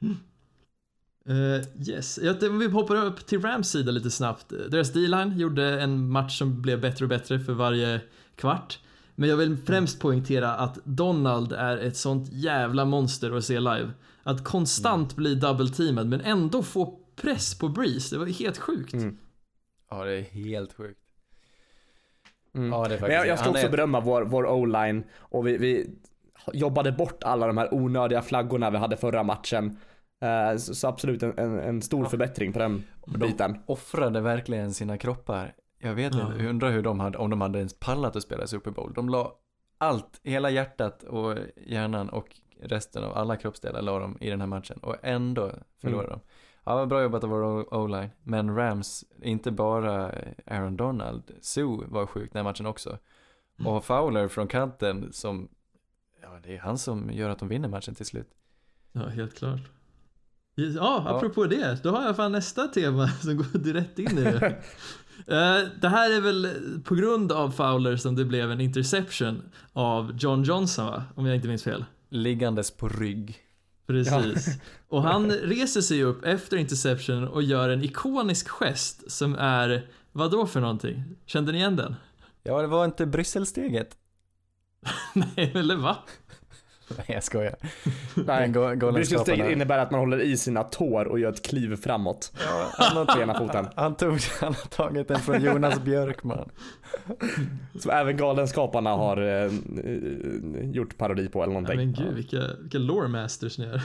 Uh, yes, jag, vi hoppar upp till Rams sida lite snabbt. Deras D-line gjorde en match som blev bättre och bättre för varje kvart. Men jag vill främst poängtera att Donald är ett sånt jävla monster att se live. Att konstant bli double-teamad men ändå få press på Breeze, det var helt sjukt. Mm. Ja, det är helt sjukt. Mm. Ja, det är Men jag, jag ska han också är- berömma vår, vår O-line, och vi, vi jobbade bort alla de här onödiga flaggorna vi hade förra matchen. Eh, så, så absolut en, en, en stor Ja. förbättring på den biten. Offrade verkligen sina kroppar. Jag vet Ja. inte, jag undrar hur de hade, om de hade ens pallat att spela i Super Bowl. De la allt, hela hjärtat och hjärnan och resten av alla kroppsdelar la de i den här matchen. Och ändå förlorade Mm. de. Ja, vad bra jobbat av vår O-line. Men Rams, inte bara Aaron Donald. Sue var sjuk den här matchen också. Och Fowler från kanten som, ja, det är han som gör att de vinner matchen till slut. Ja, helt klart. Ja, apropå det, då har jag fan nästa tema som går direkt in i det. Eh, det här är väl på grund av Fowler som det blev en interception av John Johnson, va? Om jag inte minns fel. Liggandes på rygg. Precis. Och han reser sig upp efter interception och gör en ikonisk gest som är, vad då för någonting? Kände ni igen den? Ja, det var inte Brysselsteget. Nej, eller va? Nej, jag skojar. Nej, Ga- galenskaparna. Brysselsteget innebär att man håller i sina tår och gör ett kliv framåt. Ja, Han har ena foten. Han, tog, han har tagit den från Jonas Björkman. Som även Galenskaparna har eh, gjort parodi på eller Ja, någonting. men gud, vilka, vilka lore masters ni är.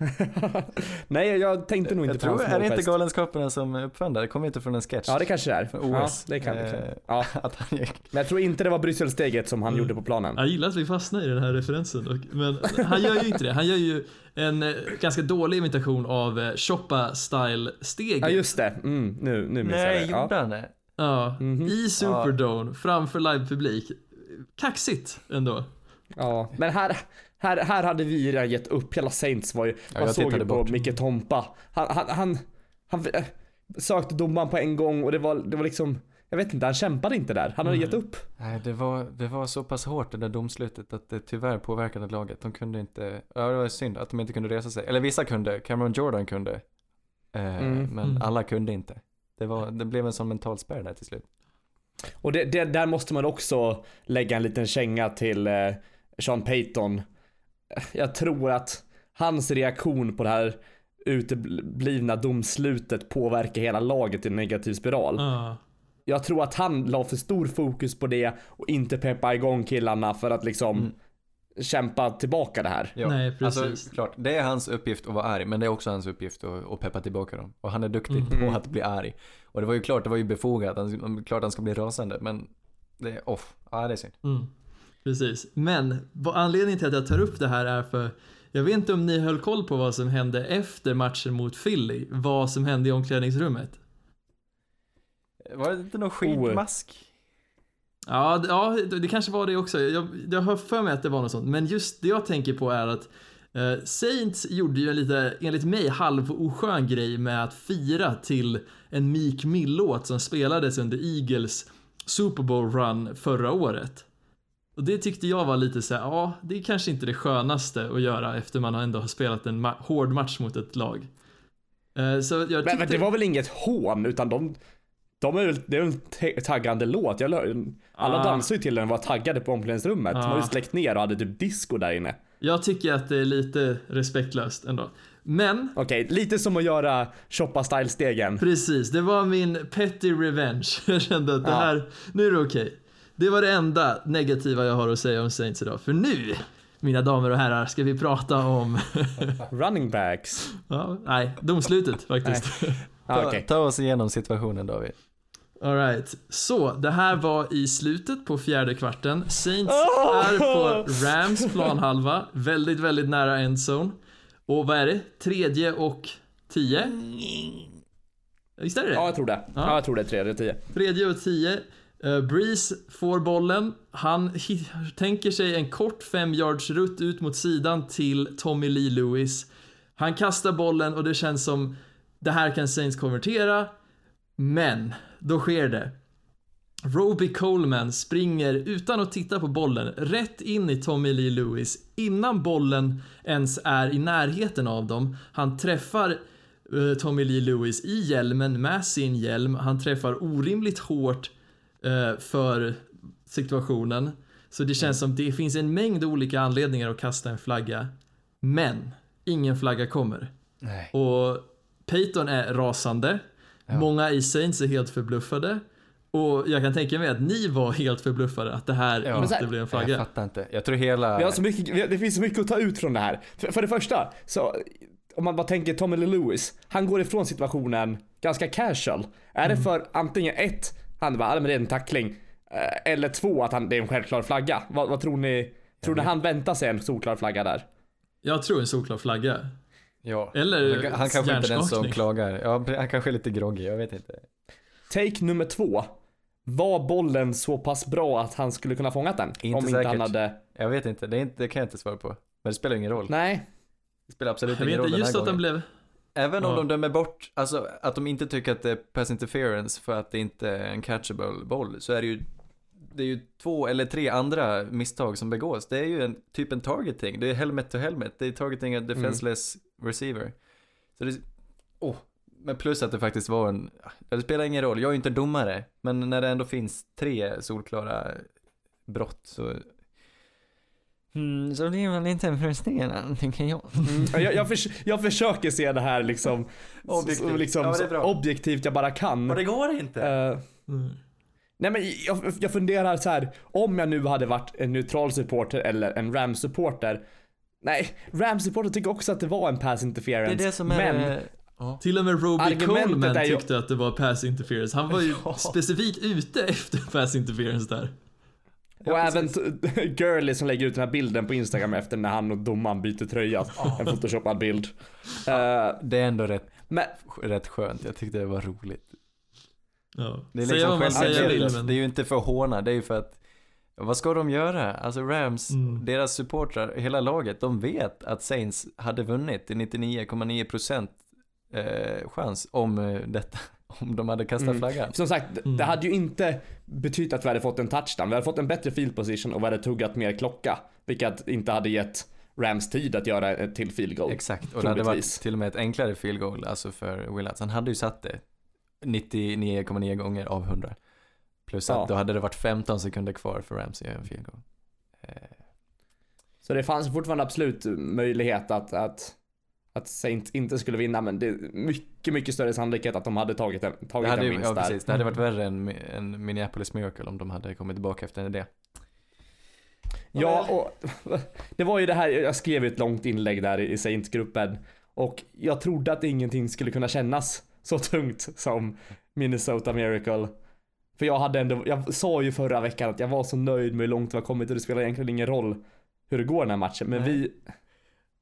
Nej, jag tänkte nog inte Jag tror, på hans är det inte målgest. Galenskaparna som uppfann det? Det kommer inte från en sketch. Ja, det kanske det är. Från O Ja, S. det kan Eh, det. Ja. Att han gick. Men jag tror inte det var Brysselsteget som han Mm. gjorde på planen. Jag gillar att vi fastnar i den här referensen dock. Men han gör ju inte det. Han gör ju en eh, ganska dålig imitation av eh, Choppa-style-steget. Ja, just det. Mm, nu, nu minns jag Nej, det. Ja. gjorde han det? Ja, Mhm. i Superdome, framför livepublik. Kaxigt ändå. Ja, men här, här, här hade vi redan gett upp. Hela Saints var ju, Ja, man jag såg ju tittade på bort. Micke Tompa. Han, han, han, han äh, sökte domaren på en gång och det var, det var liksom, jag vet inte, han kämpade inte där. Han hade Mm. gett upp. Nej, det var, det var så pass hårt det där domslutet att det tyvärr påverkade laget. De kunde inte, ja det var synd att de inte kunde resa sig. Eller vissa kunde, Cameron Jordan kunde. Eh, Mm. Men Mm. alla kunde inte. Det, var, det blev en sån mental spärr där till slut. Och det, det, där måste man också lägga en liten känga till eh, Sean Payton. Jag tror att hans reaktion på det här uteblivna domslutet påverkar hela laget i en negativ spiral. Ja. Jag tror att han la för stor fokus på det och inte peppa igång killarna för att liksom Mm. kämpa tillbaka det här. Ja, Nej, precis. Alltså, klart, det är hans uppgift att vara arg, men det är också hans uppgift att, att peppa tillbaka dem. Och han är duktig Mm. på att bli arg. Och det var ju klart, det var ju befogat. Han, klart han ska bli rasande, men det är off. Ja, det är synd. Mm. Precis. Men vad anledningen till att jag tar upp det här är för jag vet inte om ni höll koll på vad som hände efter matchen mot Philly. Vad som hände i omklädningsrummet. Var det inte någon skidmask? Ja, det, ja, det, det kanske var det också. Jag, jag har för mig att det var något sånt. Men just det jag tänker på är att eh, Saints gjorde ju en lite, enligt mig, halvoskön grej med att fira till en Meek Mill-låt som spelades under Eagles Super Bowl run förra året. Och det tyckte jag var lite så här, ja, det är kanske inte det skönaste att göra efter man ändå har spelat en ma- hård match mot ett lag. Uh, så jag tyckte... men, men det var väl inget hån, utan de, de är väl, det är väl en t- taggande låt. Jag lör, alla Ah. dansade ju till den och var taggade på omklädningsrummet. Ah. De har ju släckt ner och hade typ disco där inne. Jag tycker att det är lite respektlöst ändå. Men... Okej, okay, lite som att göra shoppa-style-stegen. Precis, det var min petty revenge. Jag kände att det här, nu är det okej. Okay. Det var det enda negativa jag har att säga om Saints idag. För nu, mina damer och herrar, ska vi prata om... running backs. Ja, nej, domslutet faktiskt. Ah, okay. ta, ta oss igenom situationen, David. All right. Så, det här var i slutet på fjärde kvarten. Saints är på Rams planhalva. Väldigt, väldigt nära endzone. Och vad är det? Tredje och tio? Visst är det det? Ja, jag tror det. Ja, ja jag tror det är tredje och tio. Tredje och tio. Uh, Breeze får bollen. Han hi- tänker sig en kort fem yards rutt ut mot sidan till Tommy Lee Lewis. Han kastar bollen och det känns som det här kan Saints konvertera. Men då sker det. Roby Coleman springer utan att titta på bollen rätt in i Tommy Lee Lewis innan bollen ens är i närheten av dem. Han träffar uh, Tommy Lee Lewis i hjälmen med sin hjälm. Han träffar orimligt hårt uh, för situationen. Så det känns som det finns en mängd olika anledningar att kasta en flagga. Men ingen flagga kommer. Nej. Och Peyton är rasande. Ja. Många i Saints är helt förbluffade. Och jag kan tänka mig att ni var helt förbluffade att det här ja. inte här, blev en flagga. Jag fattar inte. Jag tror hela... Vi har så mycket, det finns så mycket att ta ut från det här. För, för det första, så om man bara tänker Tommy Lee Lewis, han går ifrån situationen ganska casual. Är mm. det för antingen ett, han bara, men det är en tackling, eller två, att han, det är en självklar flagga. Vad, vad tror ni? Tror ni han väntar sig en solklar flagga där? Jag tror en solklar flagga. Ja. Eller han, han kanske inte är den som klagar. Ja, han kanske är lite groggy, jag vet inte. Take nummer två. Var bollen så pass bra att han skulle kunna fångat den? Inte om säkert. Inte han hade... Jag vet inte, det, är inte, det kan jag inte svara på. Men det spelar ingen roll. Nej. Det spelar absolut jag ingen vet roll inte, den här just att gången. den blev... Även om ja. de dömer bort, alltså att de inte tycker att det är pass interference för att det inte är en catchable boll, så är det ju det är ju två eller tre andra misstag som begås. Det är ju en typ en targeting. Det är helmet to helmet. Det är targeting a defenseless mm. receiver. Så det oh, men plus att det faktiskt var en, det spelar ingen roll. Jag är ju inte domare, men när det ändå finns tre solklara brott så Mm, så blir man lite frustrerad, tycker jag. Mm. jag, jag, förs- jag försöker se det här liksom objektivt, så, liksom, ja, så objektivt jag bara kan. Och det går inte. Uh, mm. Nej, men jag, jag funderar så här, om jag nu hade varit en neutral supporter eller en Rams supporter. Nej, Rams supporter tycker också att det var en pass interference. Det är det som men är... Oh. Till och med Roby Coleman ju... tyckte att det var pass interference. Han var ju ja. specifikt ute efter pass interference där. Och ja, även t- Gurley som lägger ut den här bilden på Instagram efter när han och domaren byter tröja. Oh. En photoshoppad bild. Ja, uh, det är ändå rätt, men... rätt skönt. Jag tyckte det var roligt. Ja. Det är liksom vad man säger vill, men... Det är ju inte för att håna, det är ju för att vad ska de göra? Alltså Rams, mm. deras supportrar, hela laget, de vet att Saints hade vunnit i nittionio komma nio procent eh, chans om eh, detta. Om de hade kastat mm. flaggan. Som sagt, mm. det hade ju inte betytt att vi hade fått en touchdown. Vi hade fått en bättre field position och vi hade tuggat mer klocka. Vilket inte hade gett Rams tid att göra ett till field goal. Exakt, och det hade varit till och med ett enklare field goal. Alltså för Will Lutz. Han hade ju satt det nittionio komma nio gånger av hundra. Plus att ja. då hade det varit femton sekunder kvar för Rams i en field goal. Eh. Så det fanns fortfarande absolut möjlighet att... att Att Saints inte skulle vinna, men det är mycket, mycket större sannolikhet att de hade tagit en, tagit hade, en vinst ja, där. Precis. Det hade varit värre än en Minneapolis Miracle om de hade kommit tillbaka efter det. Ja, och det var ju det här, jag skrev ett långt inlägg där i Saints-gruppen och jag trodde att ingenting skulle kunna kännas så tungt som Minnesota Miracle. För jag hade ändå, jag sa ju förra veckan att jag var så nöjd med hur långt vi har kommit och det spelar egentligen ingen roll hur det går den här matchen, men Nej. vi...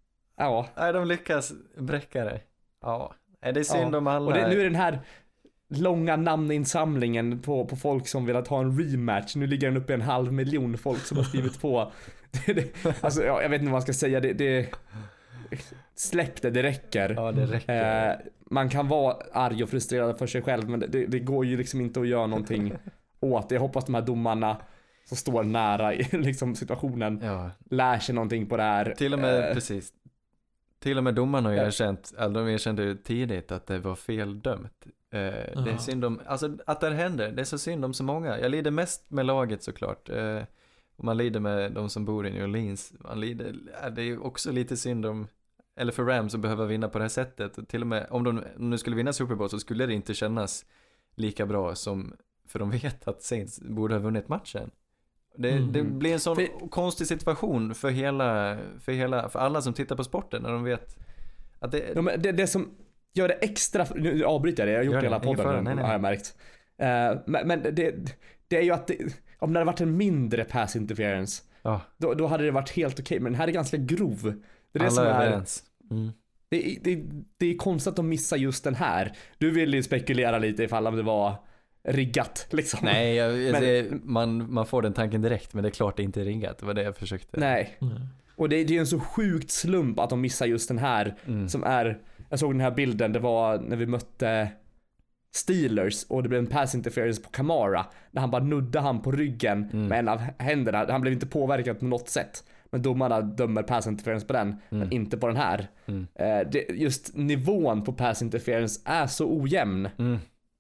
Ja. Nej, de lyckas bräcka det. Ja. Är det synd ja. om alla? Och det, nu är den här långa namninsamlingen på, på folk som vill ha en rematch. Nu ligger den uppe i en halv miljon folk som har skrivit på. Det, det, alltså ja, jag vet inte vad man ska säga. Det, det, släpp det, det räcker. Ja, det räcker. Eh, man kan vara arg och frustrerad för sig själv, men det, det går ju liksom inte att göra någonting åt det. Jag hoppas de här domarna som står nära i liksom situationen Ja. lär sig någonting på det här. Till och med, eh, precis. Till och med domarna har ju Ja. erkänt, alltså de erkände ju tidigt att det var fel dömt. Eh, det är synd om, alltså att det händer, det är så synd om så många. Jag lider mest med laget såklart. Eh, och man lider med de som bor i New Orleans. Man lider, det är ju också lite synd om, eller för Rams att behöva vinna på det här sättet. Och till och med, om de, om de nu skulle vinna Super Bowl så skulle det inte kännas lika bra som, för de vet att Saints borde ha vunnit matchen. Det, Mm. det blir en sån För- konstig situation för hela, för hela, för alla som tittar på sporten när de vet att det, Ja, men det, det som gör det extra, nu avbryter jag det, jag har gjort Gör det, hela ingen podden fara, nu, nej, nej. har jag märkt. Eh, men men det, det är ju att det, om det hade varit en mindre pass interference, ja, då, då hade det varit helt okej, men den här är ganska grov. Det är det alla som är är, överens. Mm. det, det, det är konstigt att de missar just den här. Du ville ju spekulera lite ifall om det var riggat liksom. Nej, jag, jag, Men- det, man, man får den tanken direkt, men det är klart det inte är riggat. Det var det jag försökte. Nej. Mm. Och det, det är en så sjukt slump att de missar just den här Mm. som är, jag såg den här bilden, det var när vi mötte Steelers och det blev en pass interference på Kamara när han bara nuddade han på ryggen Mm. med en av händerna. Han blev inte påverkad på något sätt, men domarna dömer pass interference på den, men inte på den här. Mm. Eh, det, just nivån på pass interference är så ojämn. Mm.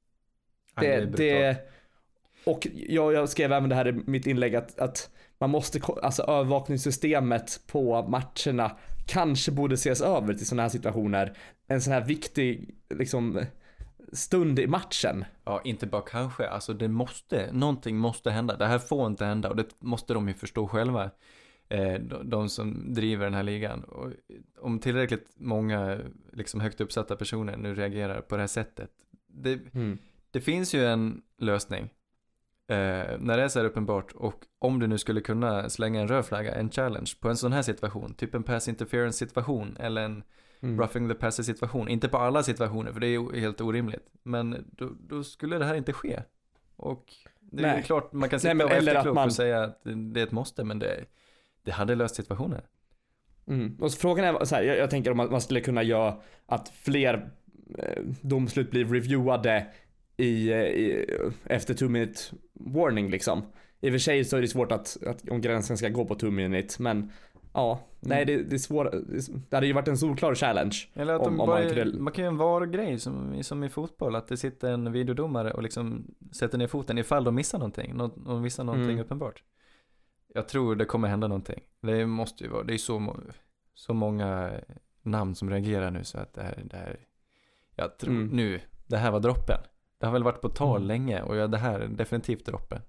Ja, Det, är brutalt. det, och jag, jag skrev även det här i mitt inlägg att, att man måste, ko- alltså övervakningssystemet på matcherna kanske borde ses över till sådana här situationer. En sån här viktig liksom stund i matchen. Ja, inte bara kanske. Alltså det måste, någonting måste hända. Det här får inte hända och det måste de ju förstå själva. Eh, de, de som driver den här ligan. Och om tillräckligt många liksom högt uppsatta personer nu reagerar på det här sättet. Det, Mm. det finns ju en lösning. Eh, när det är så här uppenbart, och om du nu skulle kunna slänga en röd flagga, en challenge på en sån här situation, typ en pass interference situation eller en Mm. roughing the passer situation, inte på alla situationer för det är ju helt orimligt, men då, då skulle det här inte ske. Och det är Nej. ju klart man kan sitta Nej, men och vara eller att efterklok man- och säga att det är ett måste, men det, det hade löst situationen. Mm. Och så frågan är så här, jag, jag tänker om man, man skulle kunna göra att fler eh, domslut blir reviewade i, i, efter two minute warning liksom. I och för sig så är det svårt att, att om gränsen ska gå på two minute, men ja, nej det, det är svårt. Det hade ju varit en solklar challenge. Eller att Om- de om bara, man kunde- man kan ju en var-grej som, som i fotboll, att det sitter en videodomare och liksom sätter ner foten ifall de missar någonting, nå- de missar någonting Mm. uppenbart. Jag tror det kommer hända någonting. Det måste ju vara, det är så, må- så många namn som reagerar nu så att det här, det här jag tror Mm. nu, det här var droppen. Det har väl varit på tal Mm. länge och ja, det här är definitivt droppen.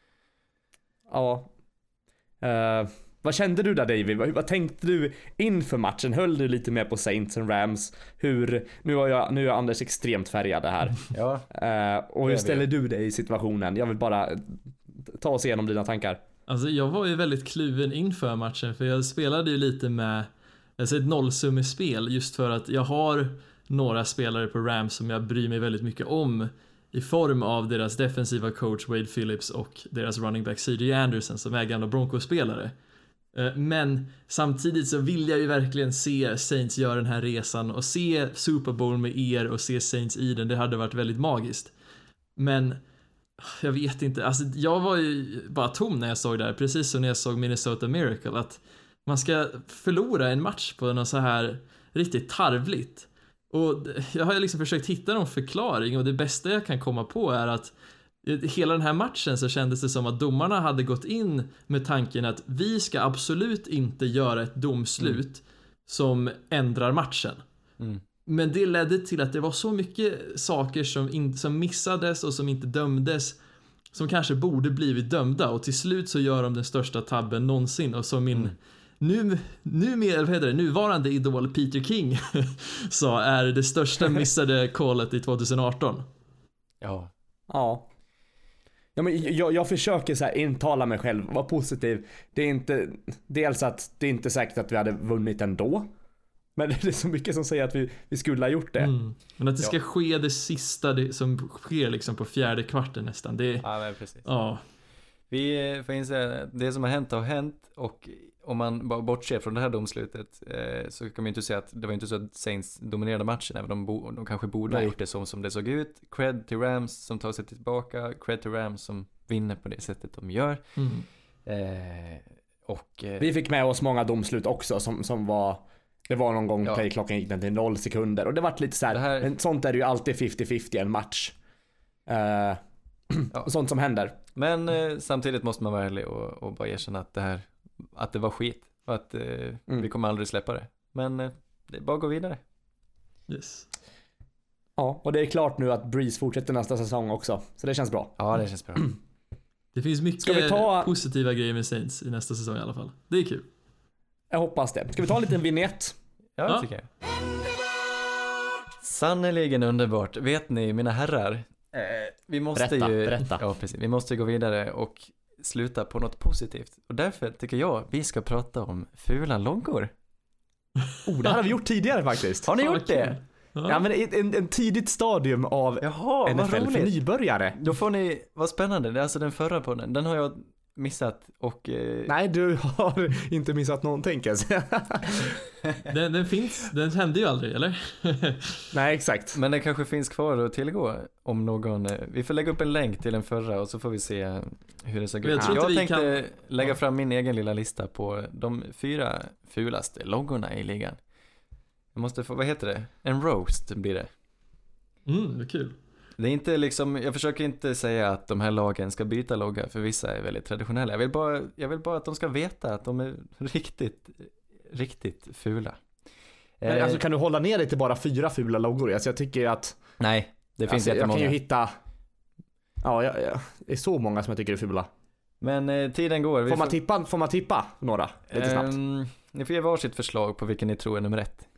Ja. Eh, vad kände du där David? Vad, vad tänkte du inför matchen? Höll du lite mer på Saints and Rams? Hur, nu har jag, nu är Anders extremt färgad här. Ja, Eh, och hur Det är ställer du dig i situationen? Jag vill bara ta oss igenom dina tankar. Alltså jag var ju väldigt kluven inför matchen, för jag spelade ju lite med alltså ett nollsummespel, just för att jag har några spelare på Rams som jag bryr mig väldigt mycket om, i form av deras defensiva coach Wade Phillips och deras running back C J Anderson som är gamla Broncos-spelare. Eh, Men samtidigt så vill jag ju verkligen se Saints göra den här resan och se Super Bowl med er och se Saints i den. Det hade varit väldigt magiskt. Men jag vet inte, alltså jag var ju bara tom när jag såg det här, precis som när jag såg Minnesota Miracle, att man ska förlora en match på något så här riktigt tarvligt. Och jag har liksom försökt hitta någon förklaring, och det bästa jag kan komma på är att hela den här matchen så kändes det som att domarna hade gått in med tanken att vi ska absolut inte göra ett domslut mm. som ändrar matchen. mm. Men det ledde till att det var så mycket saker som, in, som missades och som inte dömdes, som kanske borde blivit dömda, och till slut så gör de den största tabben någonsin. Och som min mm. nu, nu med, vad heter det, nuvarande idol Peter King sa, är det största missade callet i tjugo arton. Ja. Ja. Ja, men jag, jag försöker så här intala mig själv, vara positiv. Det är inte, dels att det är inte säkert att vi hade vunnit ändå. Men det är så mycket som säger att vi, vi skulle ha gjort det. Mm. Men att det ska Ja. ske det sista det, som sker liksom på fjärde kvarten nästan. Det, Ja, men precis. ja. Vi får inse att det som har hänt har hänt, och om man bara bortser från det här domslutet eh, så kan man ju inte säga att det var inte så att Saints dominerade matchen, även om de, de kanske borde Nej. ha gjort det som, som det såg ut. Cred till Rams som tar sig tillbaka, cred till Rams som vinner på det sättet de gör. Mm. Eh, och eh, Vi fick med oss många domslut också som, som var... Det var någon gång Ja. playklockan gick den till noll sekunder. Och det var lite så här, Det här- en, sånt är det ju alltid femtio femtio en match. Uh, Ja. Sånt som händer. Men eh, samtidigt måste man vara ärlig och, och bara erkänna att det här, att det var skit och att eh, Mm. vi kommer aldrig släppa det. Men eh, det är bara att gå vidare. Yes. Ja, och det är klart nu att Breeze fortsätter nästa säsong också. Så det känns bra. Ja, det känns bra. Det finns mycket Ska vi ta- positiva grejer med Saints i nästa säsong i alla fall. Det är kul. Jag hoppas det. Ska vi ta en liten vignett? Ja, det Ja. tycker jag. Sannerligen underbart. Vet ni, mina herrar, eh, vi måste Berätta, ju berätta. Ja, precis. Vi måste gå vidare och sluta på något positivt. Och därför tycker jag vi ska prata om fula loggor. Oh, det här har vi gjort tidigare faktiskt. Har ni Fan, gjort vad kul. det? Ja. Ja, men ett en, en tidigt stadium av Jaha, N vad F L för roligt. nybörjare. Då får ni, vad spännande, det är alltså den förra podden. Den har jag missat och... Eh, Nej, du har inte missat någonting kan jag säga. Den, den finns, den hände ju aldrig, eller? Nej, exakt. Men den kanske finns kvar att tillgå om någon... eh, Vi får lägga upp en länk till den förra och så får vi se hur det såg Men jag ut. tror Jag, inte vi tänkte kan- lägga Ja. fram min egen lilla lista på de fyra fulaste loggorna i ligan. Jag måste få, vad heter det? En roast blir det. Mm, vad kul. Det är inte liksom, jag försöker inte säga att de här lagen ska byta logga, för vissa är väldigt traditionella. Jag vill bara, jag vill bara att de ska veta att de är riktigt, riktigt fula. Men, Eh, alltså, kan du hålla ner dig till bara fyra fula loggor? Alltså, jag tycker att... nej, det finns alltså, jag jättemånga. kan ju hitta... Ja, jag, jag, det är så många som jag tycker är fula. Men eh, tiden går. Vi Får man, tippa, får man tippa några? Lite snabbt. Ehm, ni får ge varsitt förslag på vilken ni tror är nummer ett.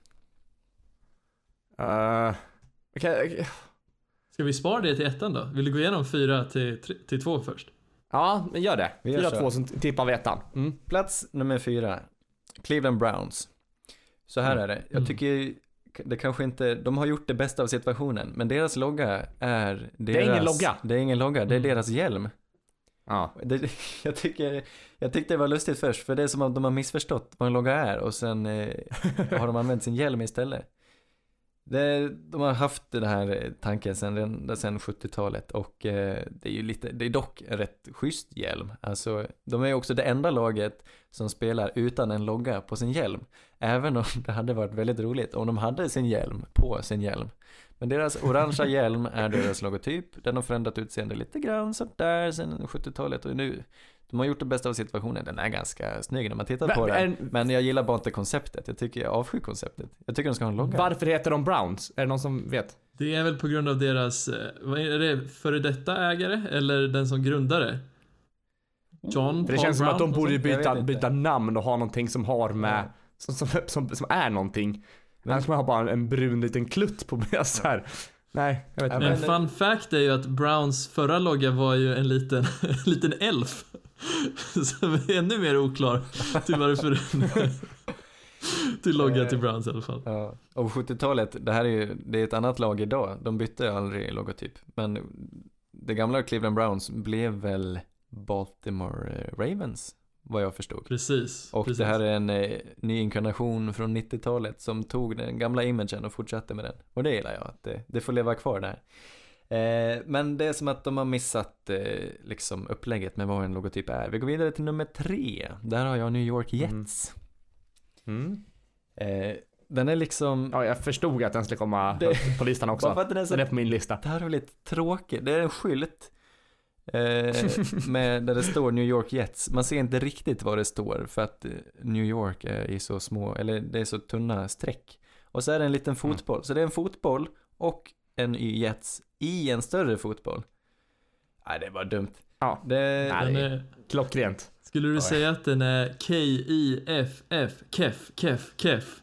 Uh, okay. Ska vi spara det till ettan då? Vill du gå igenom fyra till, tre- till två först? Ja, men gör det. Vi gör Fyra så. två som tippar vi ettan. Mm. Plats nummer fyra. Cleveland Browns. Så här Mm. är det. Jag Mm. tycker det kanske inte, de har gjort det bästa av situationen, men deras logga är deras, är ingen logga. Det är ingen logga, det är Mm. deras hjälm. Ja. Det, jag, tycker, jag tyckte det var lustigt först, för det är som att de har missförstått vad en logga är och sen eh, har de använt sin hjälm istället. Det, de har haft den här tanken sedan, sedan sjuttiotalet och eh, det är ju lite, det är dock en rätt schysst hjälm. Alltså, de är ju också det enda laget som spelar utan en logga på sin hjälm. Även om det hade varit väldigt roligt om de hade sin hjälm på sin hjälm. Men deras orangea hjälm är deras logotyp. Den har förändrat utseende lite grann så där sedan sjuttiotalet och nu. De har gjort det bästa av situationen. Den är ganska snygg när man tittar på Men- den. men- Men jag gillar bara inte konceptet. Jag tycker jag avskyr konceptet. Jag tycker de ska ha en logga. Varför heter de Browns? Är det någon som vet? Det är väl på grund av deras, eh, vad är det, före detta ägare eller den som grundade? John För det Paul känns som Brown att de och borde sånt? ju Jag byta, vet inte. byta namn och ha någonting som har med... Ja. Som, som, som, som är någonting. Men- Annars kan man ha bara en brun liten klutt på mig så här. Nej, jag vet Ja, inte. En men- fun fact är ju att Browns förra logga var ju en liten, en liten elf. Som är ännu mer oklar till varför till logga till Browns i alla fall. Ja. Och sjuttiotalet, det här är ju, det är ett annat lag idag. De bytte aldrig logotyp. Men det gamla Cleveland Browns blev väl Baltimore Ravens, vad jag förstod. Precis. Och precis. det här är en eh, ny inkarnation från nittiotalet som tog den gamla imagen och fortsatte med den. Och det gillar jag, att det, det får leva kvar där. Eh, men det är som att de har missat eh, liksom upplägget med vad en logotyp är. Vi går vidare till nummer tre. Där har jag New York Jets. Mm. Eh, den är liksom... Ja, jag förstod att den skulle komma Det- på listan också. Bara för att den är så Den är på min lista. tarvligt tråkig. Det är en skylt eh, med, där det står New York Jets. Man ser inte riktigt vad det står för att eh, New York är i så små, eller det är så tunna streck. Och så är det en liten fotboll. Så det är en fotboll och en Jets i en större fotboll. Nej, det var dumt. Ja, Det, Nej. Den det är, klockrent. skulle du Oj. säga att den är K I F F Kef Kef Kef?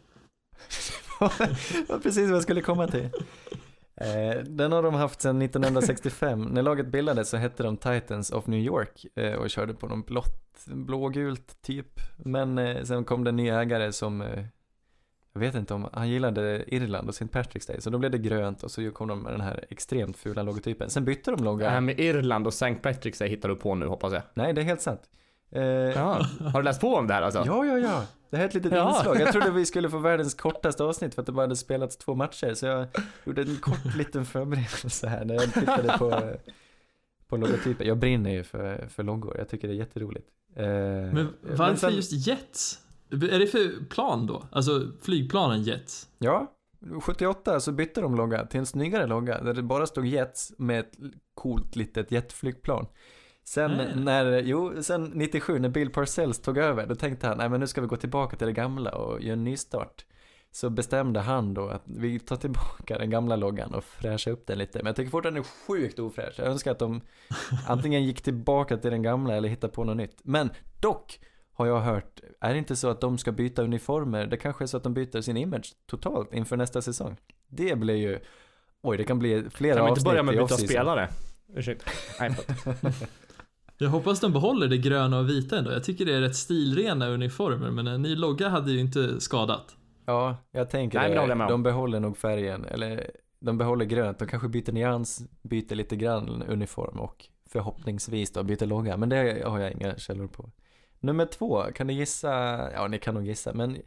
var precis vad jag skulle komma till. Eh, den har de haft sedan nittonhundrasextiofem. När laget bildades så hette de Titans of New York eh, och körde på någon blått, blågult typ. Men eh, sen kom det en ny ägare som, eh, Jag vet inte om han gillade Irland och Saint Patrick's Day. Så då blev det grönt och så kom de med den här extremt fula logotypen. Sen bytte de logga. Det här med Irland och Saint Patrick's Day hittar du på nu, hoppas jag. Nej, det är helt sant. Eh, Ja. Har du läst på om det här alltså? ja, ja, ja. Det här är ett litet Ja. inslag. Jag trodde vi skulle få världens kortaste avsnitt för att det bara hade spelats två matcher. Så jag gjorde en kort liten förberedelse här när jag tittade på, på logotyper. Jag brinner ju för, för loggor. Jag tycker det är jätteroligt. Eh, Men varför sen- just Jets? Är det för plan då? Alltså flygplanen Jets? Ja, sjuttioåtta så bytte de logga till en snyggare logga där det bara stod Jets med ett coolt litet jetflygplan. Sen Mm. när, jo, sen nittiosju när Bill Parcells tog över, då tänkte han, nej men nu ska vi gå tillbaka till det gamla och göra en ny start. Så bestämde han då att vi tar tillbaka den gamla loggan och fräscha upp den lite. Men jag tycker fortfarande den är sjukt ofräsch. Jag önskar att de antingen gick tillbaka till den gamla eller hittade på något nytt. Men dock har jag hört, är det inte så att de ska byta uniformer? Det kanske är så att de byter sin image totalt inför nästa säsong. Det blir ju, oj det kan bli flera Kan man avsnitt inte börja med i att byta off-season. spelare? Ursäkta. Nej, Jag hoppas de behåller det gröna och vita ändå. Jag tycker det är rätt stilrena uniformer, men en ny logga hade ju inte skadat. Ja, jag tänker Nej, men det håller det. jag med om. De behåller nog färgen, eller de behåller grönt. De kanske byter nyans, byter lite grann uniform och förhoppningsvis då byter logga. Men det har jag inga källor på. Nummer två, kan ni gissa? Ja, ni kan nog gissa, men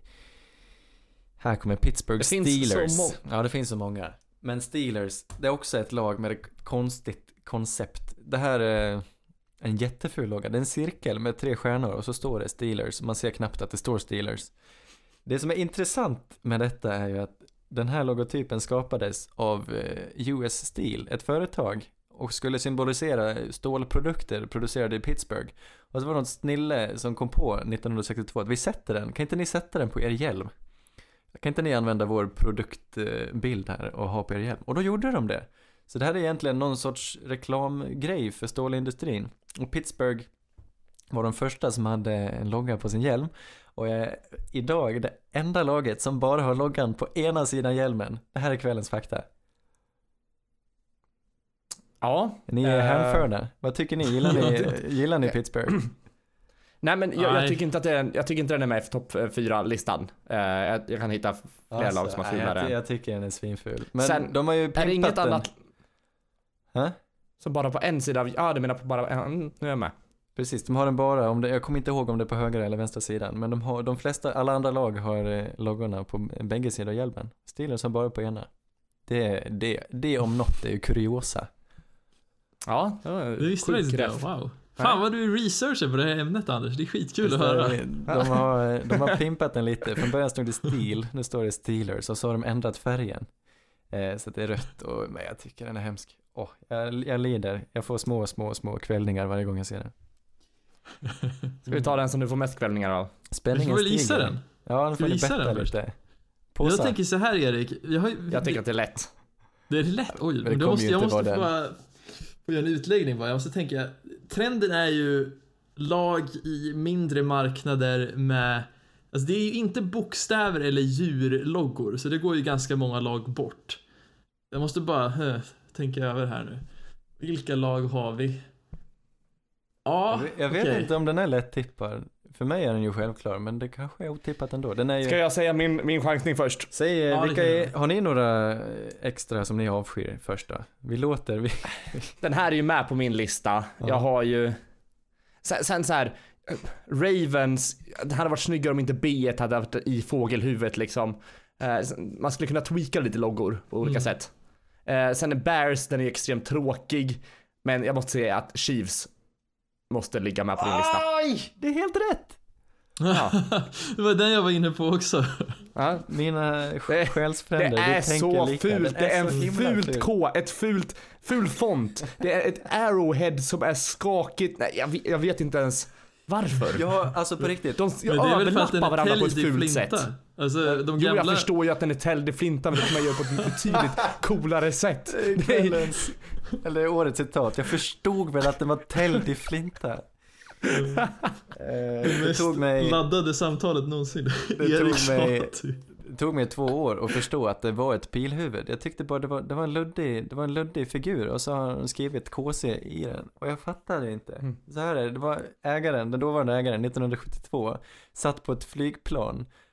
här kommer Pittsburgh Det finns Steelers. så Ja, det finns så många. Men Steelers, det är också ett lag med ett konstigt koncept. Det här är en jätteful logga. Det är en cirkel med tre stjärnor och så står det Steelers. Man ser knappt att det står Steelers. Det som är intressant med detta är ju att den här logotypen skapades av U S Steel, ett företag, och skulle symbolisera stålprodukter producerade i Pittsburgh. Och så var det något snille som kom på nittonhundrasextiotvå att vi sätter den, kan inte ni sätta den på er hjälm? Kan inte ni använda vår produktbild här och ha på er hjälm? Och då gjorde de det. Så det här är egentligen någon sorts reklamgrej för stålindustrin. Och Pittsburgh var de första som hade en logga på sin hjälm. Och är idag det enda laget som bara har loggan på ena sidan hjälmen. Det här är kvällens fakta. Ja. Ni är eh, hänförda. Vad tycker ni? Gillar ni, gillar ni Pittsburgh? Nej men jag, jag Nej. tycker inte att det är, jag tycker inte den är med i topp fyra listan. Uh, jag, jag kan hitta flera lag som har nej, fulare. jag, jag tycker den är svinful. Men Sen, de har ju Är det pimpat inget den. annat Hä? som bara på en sida av, ja du menar på bara en, mm, nu är jag med. Precis, de har den bara, om det, jag kommer inte ihåg om det är på högra eller vänstra sidan. Men de, har, de flesta, alla andra lag har eh, loggorna på bägge sidor av hjälmen. Steelers har bara på ena. Det, det, det om något är ju kuriosa. Ja, det var Det visste jag inte. Wow. Fan vad du researchar på det här ämnet, Anders. Det är skitkul att höra. De har, de har pimpat den lite. Från början stod det Steel, nu står det Steelers. Och så har de ändrat färgen. Eh, så att det är rött. Och, men jag tycker den är hemsk. Oh, jag, jag lider. Jag får små, små, små kvällningar varje gång jag ser den. Ska vi ta den som du får mest kvällningar av? Du Spänningen får väl stiger. gissa den. Ja, nu får vi ni gissa betta den först? lite. Påsa. Jag tänker så här, Erik. Jag, har, Jag tycker att det är lätt. Det är lätt. Oj, det men kommer då måste, ju jag inte måste vara få, få göra en utläggning bara. Jag måste tänka, trenden är ju lag i mindre marknader med, alltså det är ju inte bokstäver eller djurloggor, så det går ju ganska många lag bort. Jag måste bara hö, tänka över här nu. Vilka lag har vi? Ja, Jag vet, jag vet okej. inte om den är lätt tippad. För mig är den ju självklar, men det kanske är otippat ändå. Den är ju... Ska jag säga min, min chansning först? Säg, Ja, det vilka kan är, jag. har ni några extra som ni avskyr först då? Vi låter, vi... Den här är ju med på min lista. Ja. Jag har ju... Sen, sen så här, Ravens, det hade varit snyggare om inte B hade varit i fågelhuvudet liksom. Eh, man skulle kunna tweaka lite loggor på olika Mm. sätt. Eh, sen är Bears, den är extremt tråkig. Men jag måste säga att Chiefs måste ligga med på din lista. Aj! Det är helt rätt! Ja. Det var den jag var inne på också. Ja. Mina Det- själsfränder, Det är vi tänker så lika. fult, Den det är så en himla fult ful. K, ett fult, ful font. Det är ett arrowhead som är skakigt. Nej, jag, vet- jag vet inte ens varför. Ja, alltså på riktigt. De Men det är väl för att den överlappar är varandra på ett täljt i fult flinta. sätt. Alltså de Jo, jag gamla... förstår ju att den är täljt i flinta, men det kan man göra på ett betydligt coolare sätt. Det är, Kvällens, eller årets citat. Jag förstod väl att den var täljt i flinta. Eh, det mest tog mig... laddade samtalet någonsin. Det tog Erik mig- sa till- Det tog mig två år att förstå att det var ett pilhuvud. Jag tyckte bara det var, det var, en, luddig, det var en luddig figur. Och så har de skrivit K C i den. Och jag fattade inte. Mm. Så här är det. Det var ägaren, den dåvarande ägaren nittonhundrasjuttiotvå. Satt på ett flygplan.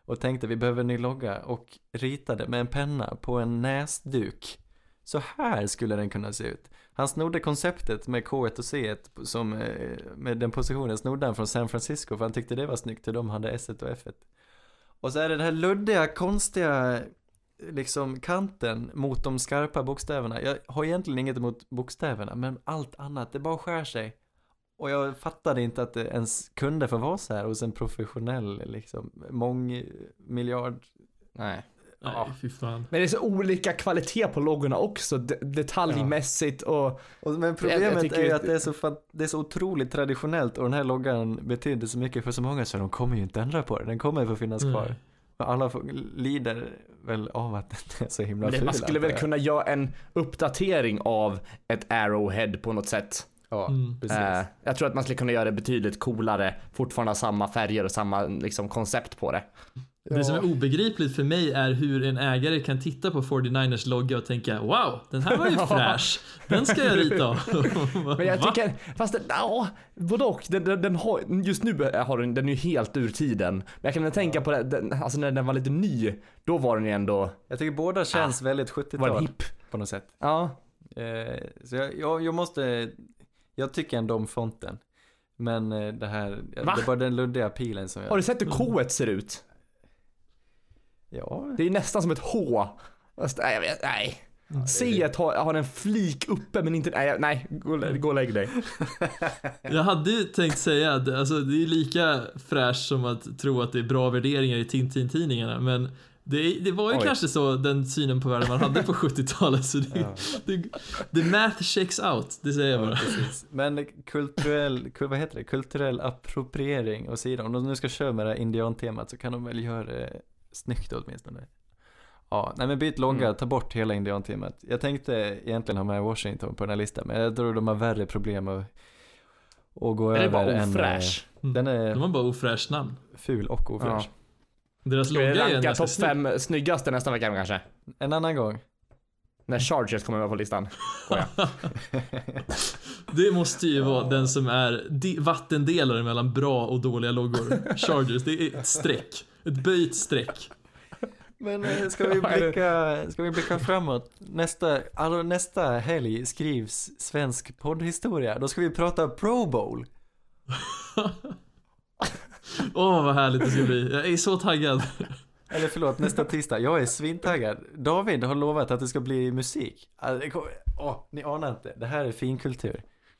och tänkte vi behöver en ny logga och ritade med en penna på en näsduk. Så här skulle den kunna se ut. Han snodde konceptet med K ett och C ett som, med den positionen snodde han från San Francisco för han tyckte det var snyggt hur de hade S ett och F ett. Och så är det den här luddiga, konstiga liksom kanten mot de skarpa bokstäverna. Jag har egentligen inget emot bokstäverna, men allt annat, det bara skär sig. Och jag fattade inte att det ens kunde få vara så här hos en professionell liksom mångmiljard. Nej. Nej, fy fan. Men det är så olika kvalitet på loggorna också, de- detaljmässigt och... Och, men problemet jag, jag tycker är ju det- att det är, så fan, det är så otroligt traditionellt och den här loggan betyder så mycket för så många så de kommer ju inte ändra på det. Den kommer få finnas kvar. Mm. Och alla får, lider väl av att den är så himla Men ful. man skulle väl kunna göra en uppdatering av ett Arrowhead på något sätt. Ja, Mm. precis. Eh, jag tror att man skulle kunna göra det betydligt coolare, fortfarande ha samma färger och samma liksom, koncept på det. Det som är obegripligt för mig är hur en ägare kan titta på fyrtionioers logga och tänka wow, den här var ju fräsch. Den ska jag rita av. Men jag Va? tycker, fast den, ja, både och, den, den, den har, just nu har den, den är ju helt ur tiden. Men jag kan tänka på det, den, alltså när den var lite ny, då var den ju ändå, Jag tycker båda känns väldigt var den sjuttiotal hipp. på något sätt. Ja, Eh, så jag, jag, jag måste, jag tycker ändå om fonten. Men eh, det här, Va? det är bara den luddiga pilen som jag... har du sett hur K ett ser ut? Ja, Det är nästan som ett H. Fast, nej, jag vet, nej. C ett har, har en flik uppe men inte, nej, nej gå, gå och lägg dig. Jag hade ju tänkt säga att alltså, det är lika fräscht som att tro att det är bra värderingar i Tintin-tidningarna, men det, det var ju Oj. kanske så den synen på världen man hade på sjuttiotalet, så det, Ja. det, det math checks out, det säger jag ja, bara. precis. Men kulturell, kul, vad heter det? Kulturell appropriering och sidan. Om de nu ska köra med det här indiantemat så kan de väl göra det snyggt åtminstone. Ja, nej men byt logga, Mm. ta bort hela indiantemat. Jag tänkte egentligen ha med Washington på den här listan, men jag tror de har värre problem att, att gå Är det över bara än... ofräsch? eh, Den De är har bara ofräscht namn. ful och ofräsch. Deras Ska vi logga är ju ranka ganska topp snygg. fem snyggaste nästa vecka kanske? En annan gång. När Chargers kommer med på listan. Skojar. Det måste ju vara den som är de- vattendelare mellan bra och dåliga loggor. Chargers, det är ett streck. Ett böjt streck. Men eh, ska vi blicka, ska vi blicka framåt? Nästa, alltså nästa helg skrivs svensk poddhistoria. Då ska vi prata Pro Bowl. Åh, vad härligt det ska bli. Jag är så taggad. Eller förlåt, nästa tisdag. Jag är svintaggad. David har lovat att det ska bli musik. Alltså, det kommer, åh, ni anar inte. Det här är finkultur.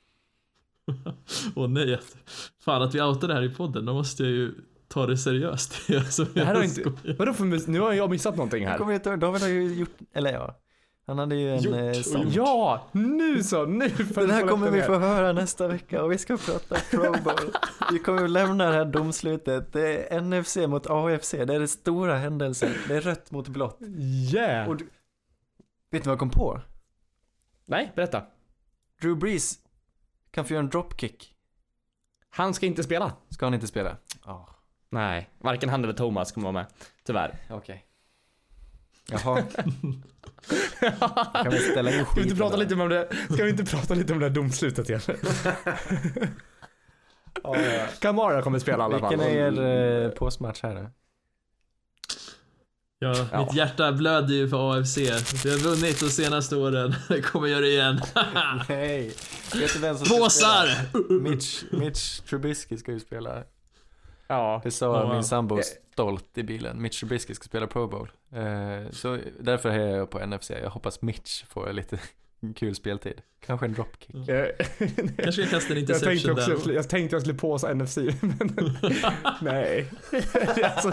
Åh nej. Fan, att vi outar det här i podden, då måste jag ju ta det seriöst. Alltså, Det här har jag inte, skojar. vadå för mus- nu har jag missat någonting Jag här. kommer inte ihåg, David har ju gjort, eller ja. Han hade ju en Gjort eh, och sång. gjort. Ja, nu så, nu får Den du här få kommer lite vi mer. få höra nästa vecka och vi ska prata Pro Bowl. Vi kommer att lämna det här domslutet. Det är N F C mot A F C. Det är den stora händelsen. Det är rött mot blått. Yeah. Och du, vet ni vad jag kom på? Nej, berätta. Drew Brees kan få göra en dropkick. Han ska inte spela. Ska han inte spela? Ja, Nej, varken han eller Thomas kommer vara med. Tyvärr. okej. Jaha. Kan vi ställa in Ska vi inte skiten prata då? lite om det? Ska vi inte prata lite om det här domslutet igen? Ja, ja. Kamara kommer spela i alla fall. Vilken är er eh, påsmatch här då? Ja, Ja. mitt hjärta blöder ju för A F C. Vi har vunnit de senaste åren. Jag kommer göra det igen. Nej. Vet du vem som ska Påsar! spela? Mitch, Mitch Trubisky ska ju spela. Ja. Det sa Oh, wow. min sambo stolt i bilen. Mitch Trubisky ska spela Pro Bowl. Eh, så därför är jag på N F C. Jag hoppas Mitch får lite kul speltid. Kanske en dropkick. Eh, Kanske jag kastar en jag tänkte interception också, där. jag tänkte jag skulle påsa N F C, men nej. alltså,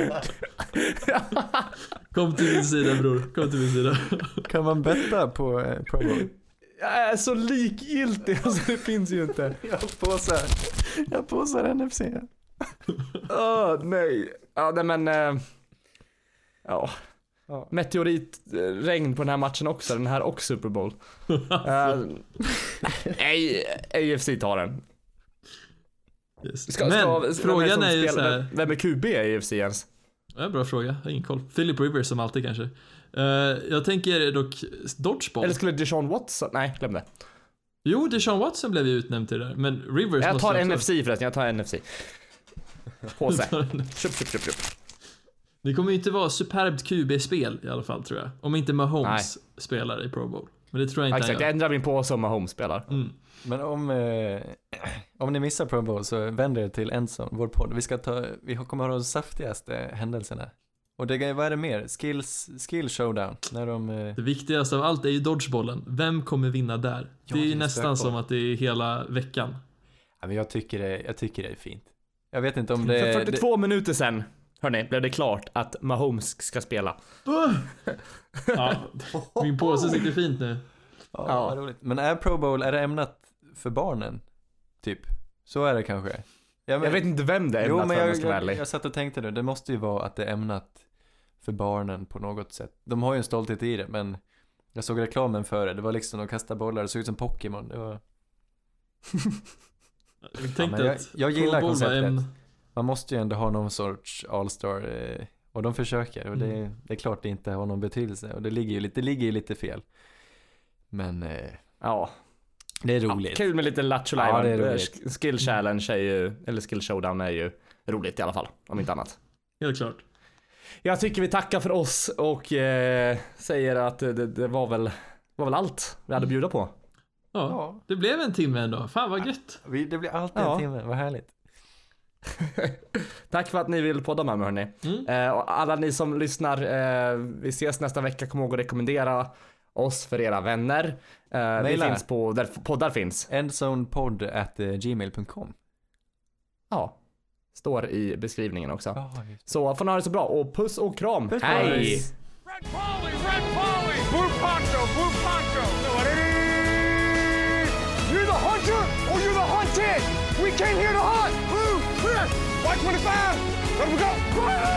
Kom till min sida, bror. Kom till min sida. Kan man betta på eh, Pro Bowl? jag är så likgiltig, alltså det finns ju inte. Jag påsar. Jag påsar N F C. Åh, nej. Ja, nej men... eh, ja. Ja. Meteoritregn på den här matchen också, den här och Super Bowl. Eh, nej, A F C tar den. Yes. Ska, Men ska, vem frågan som är ju spelar- så här. Vem är Q B i A F C ens? Ja, bra fråga. Jag har ingen koll. Philip Rivers som alltid kanske. Uh, jag tänker dock Dodgeball. Eller skulle Deshaun Watson? Nej, glöm det. Jo, Deshaun Watson blev ju utnämnd till det där. Men Rivers Jag måste tar också... N F C förresten, jag tar N F C. Påse. Köp, köp, köp, köp. Det kommer ju inte vara superbt Q B-spel i alla fall, tror jag. Om inte Mahomes Nej. spelar i Pro Bowl. Men det tror jag inte Exakt, jag ändrar min på som Mahomes spelar. Mm. Men om, eh, om ni missar Pro Bowl så vänder er till Endzone, vår podd. Vi ska ta, vi kommer ha de saftigaste händelserna. Och det, vad är det mer? Skills, skill showdown. När de, eh... Det viktigaste av allt är ju dodgebollen. Vem kommer vinna där? Ja, det är ju det är nästan stökboll. som att det är hela veckan. Ja, men jag tycker det, jag tycker det är fint. Jag vet inte om det För fyrtiotvå det... minuter sen, hörni, blev det klart att Mahomes ska spela. Ja, min påse sitter fint nu. Ja, Ja. vad roligt. Men är Pro Bowl, är det ämnat för barnen? Typ. Så är det kanske. Ja, men... Jag vet inte vem det är Jo, ämnat men för, om jag, jag ska vara jag, ärlig. jag satt och tänkte nu, det måste ju vara att det är ämnat för barnen på något sätt. De har ju en stolthet i det, men jag såg reklamen för det. Det var liksom att kasta bollar, det såg ut som Pokémon. Det var... Jag tänkte Ja, jag, att jag Pro gillar Bowl var konceptet. en- Man måste ju ändå ha någon sorts All-Star eh, och de försöker och det, Mm. det är klart det inte har någon betydelse och det ligger ju lite, det ligger ju lite fel. Men eh, Ja. det är Ja, roligt. kul med lite lattjo Ja, det är roligt. Sk- Skill challenge är ju, eller skill showdown är ju roligt i alla fall, om inte annat. Helt klart. Jag tycker vi tackar för oss och eh, säger att det, det var, väl, var väl allt vi hade att bjuda på. Ja, Ja. det blev en timme ändå. Fan vad gött. Vi, det blir alltid Ja. en timme, vad härligt. Tack för att ni vill podda med mig, hörni. Mm. Eh, och alla ni som lyssnar, eh, vi ses nästa vecka. Kom ihåg att rekommendera oss för era vänner. Eh, vi Maila. finns på där poddar finns. Endzonepod at gmail dot com. Ja, står i beskrivningen också. Ja, just. Så får ni ha det så bra och puss och kram. Puss, Hej! puss. Red Polly, Red Polly, blue poncho, blue poncho. You're the hunter or you're the hunted. We came here to hunt. Blue, red, white twenty-five. Let we go.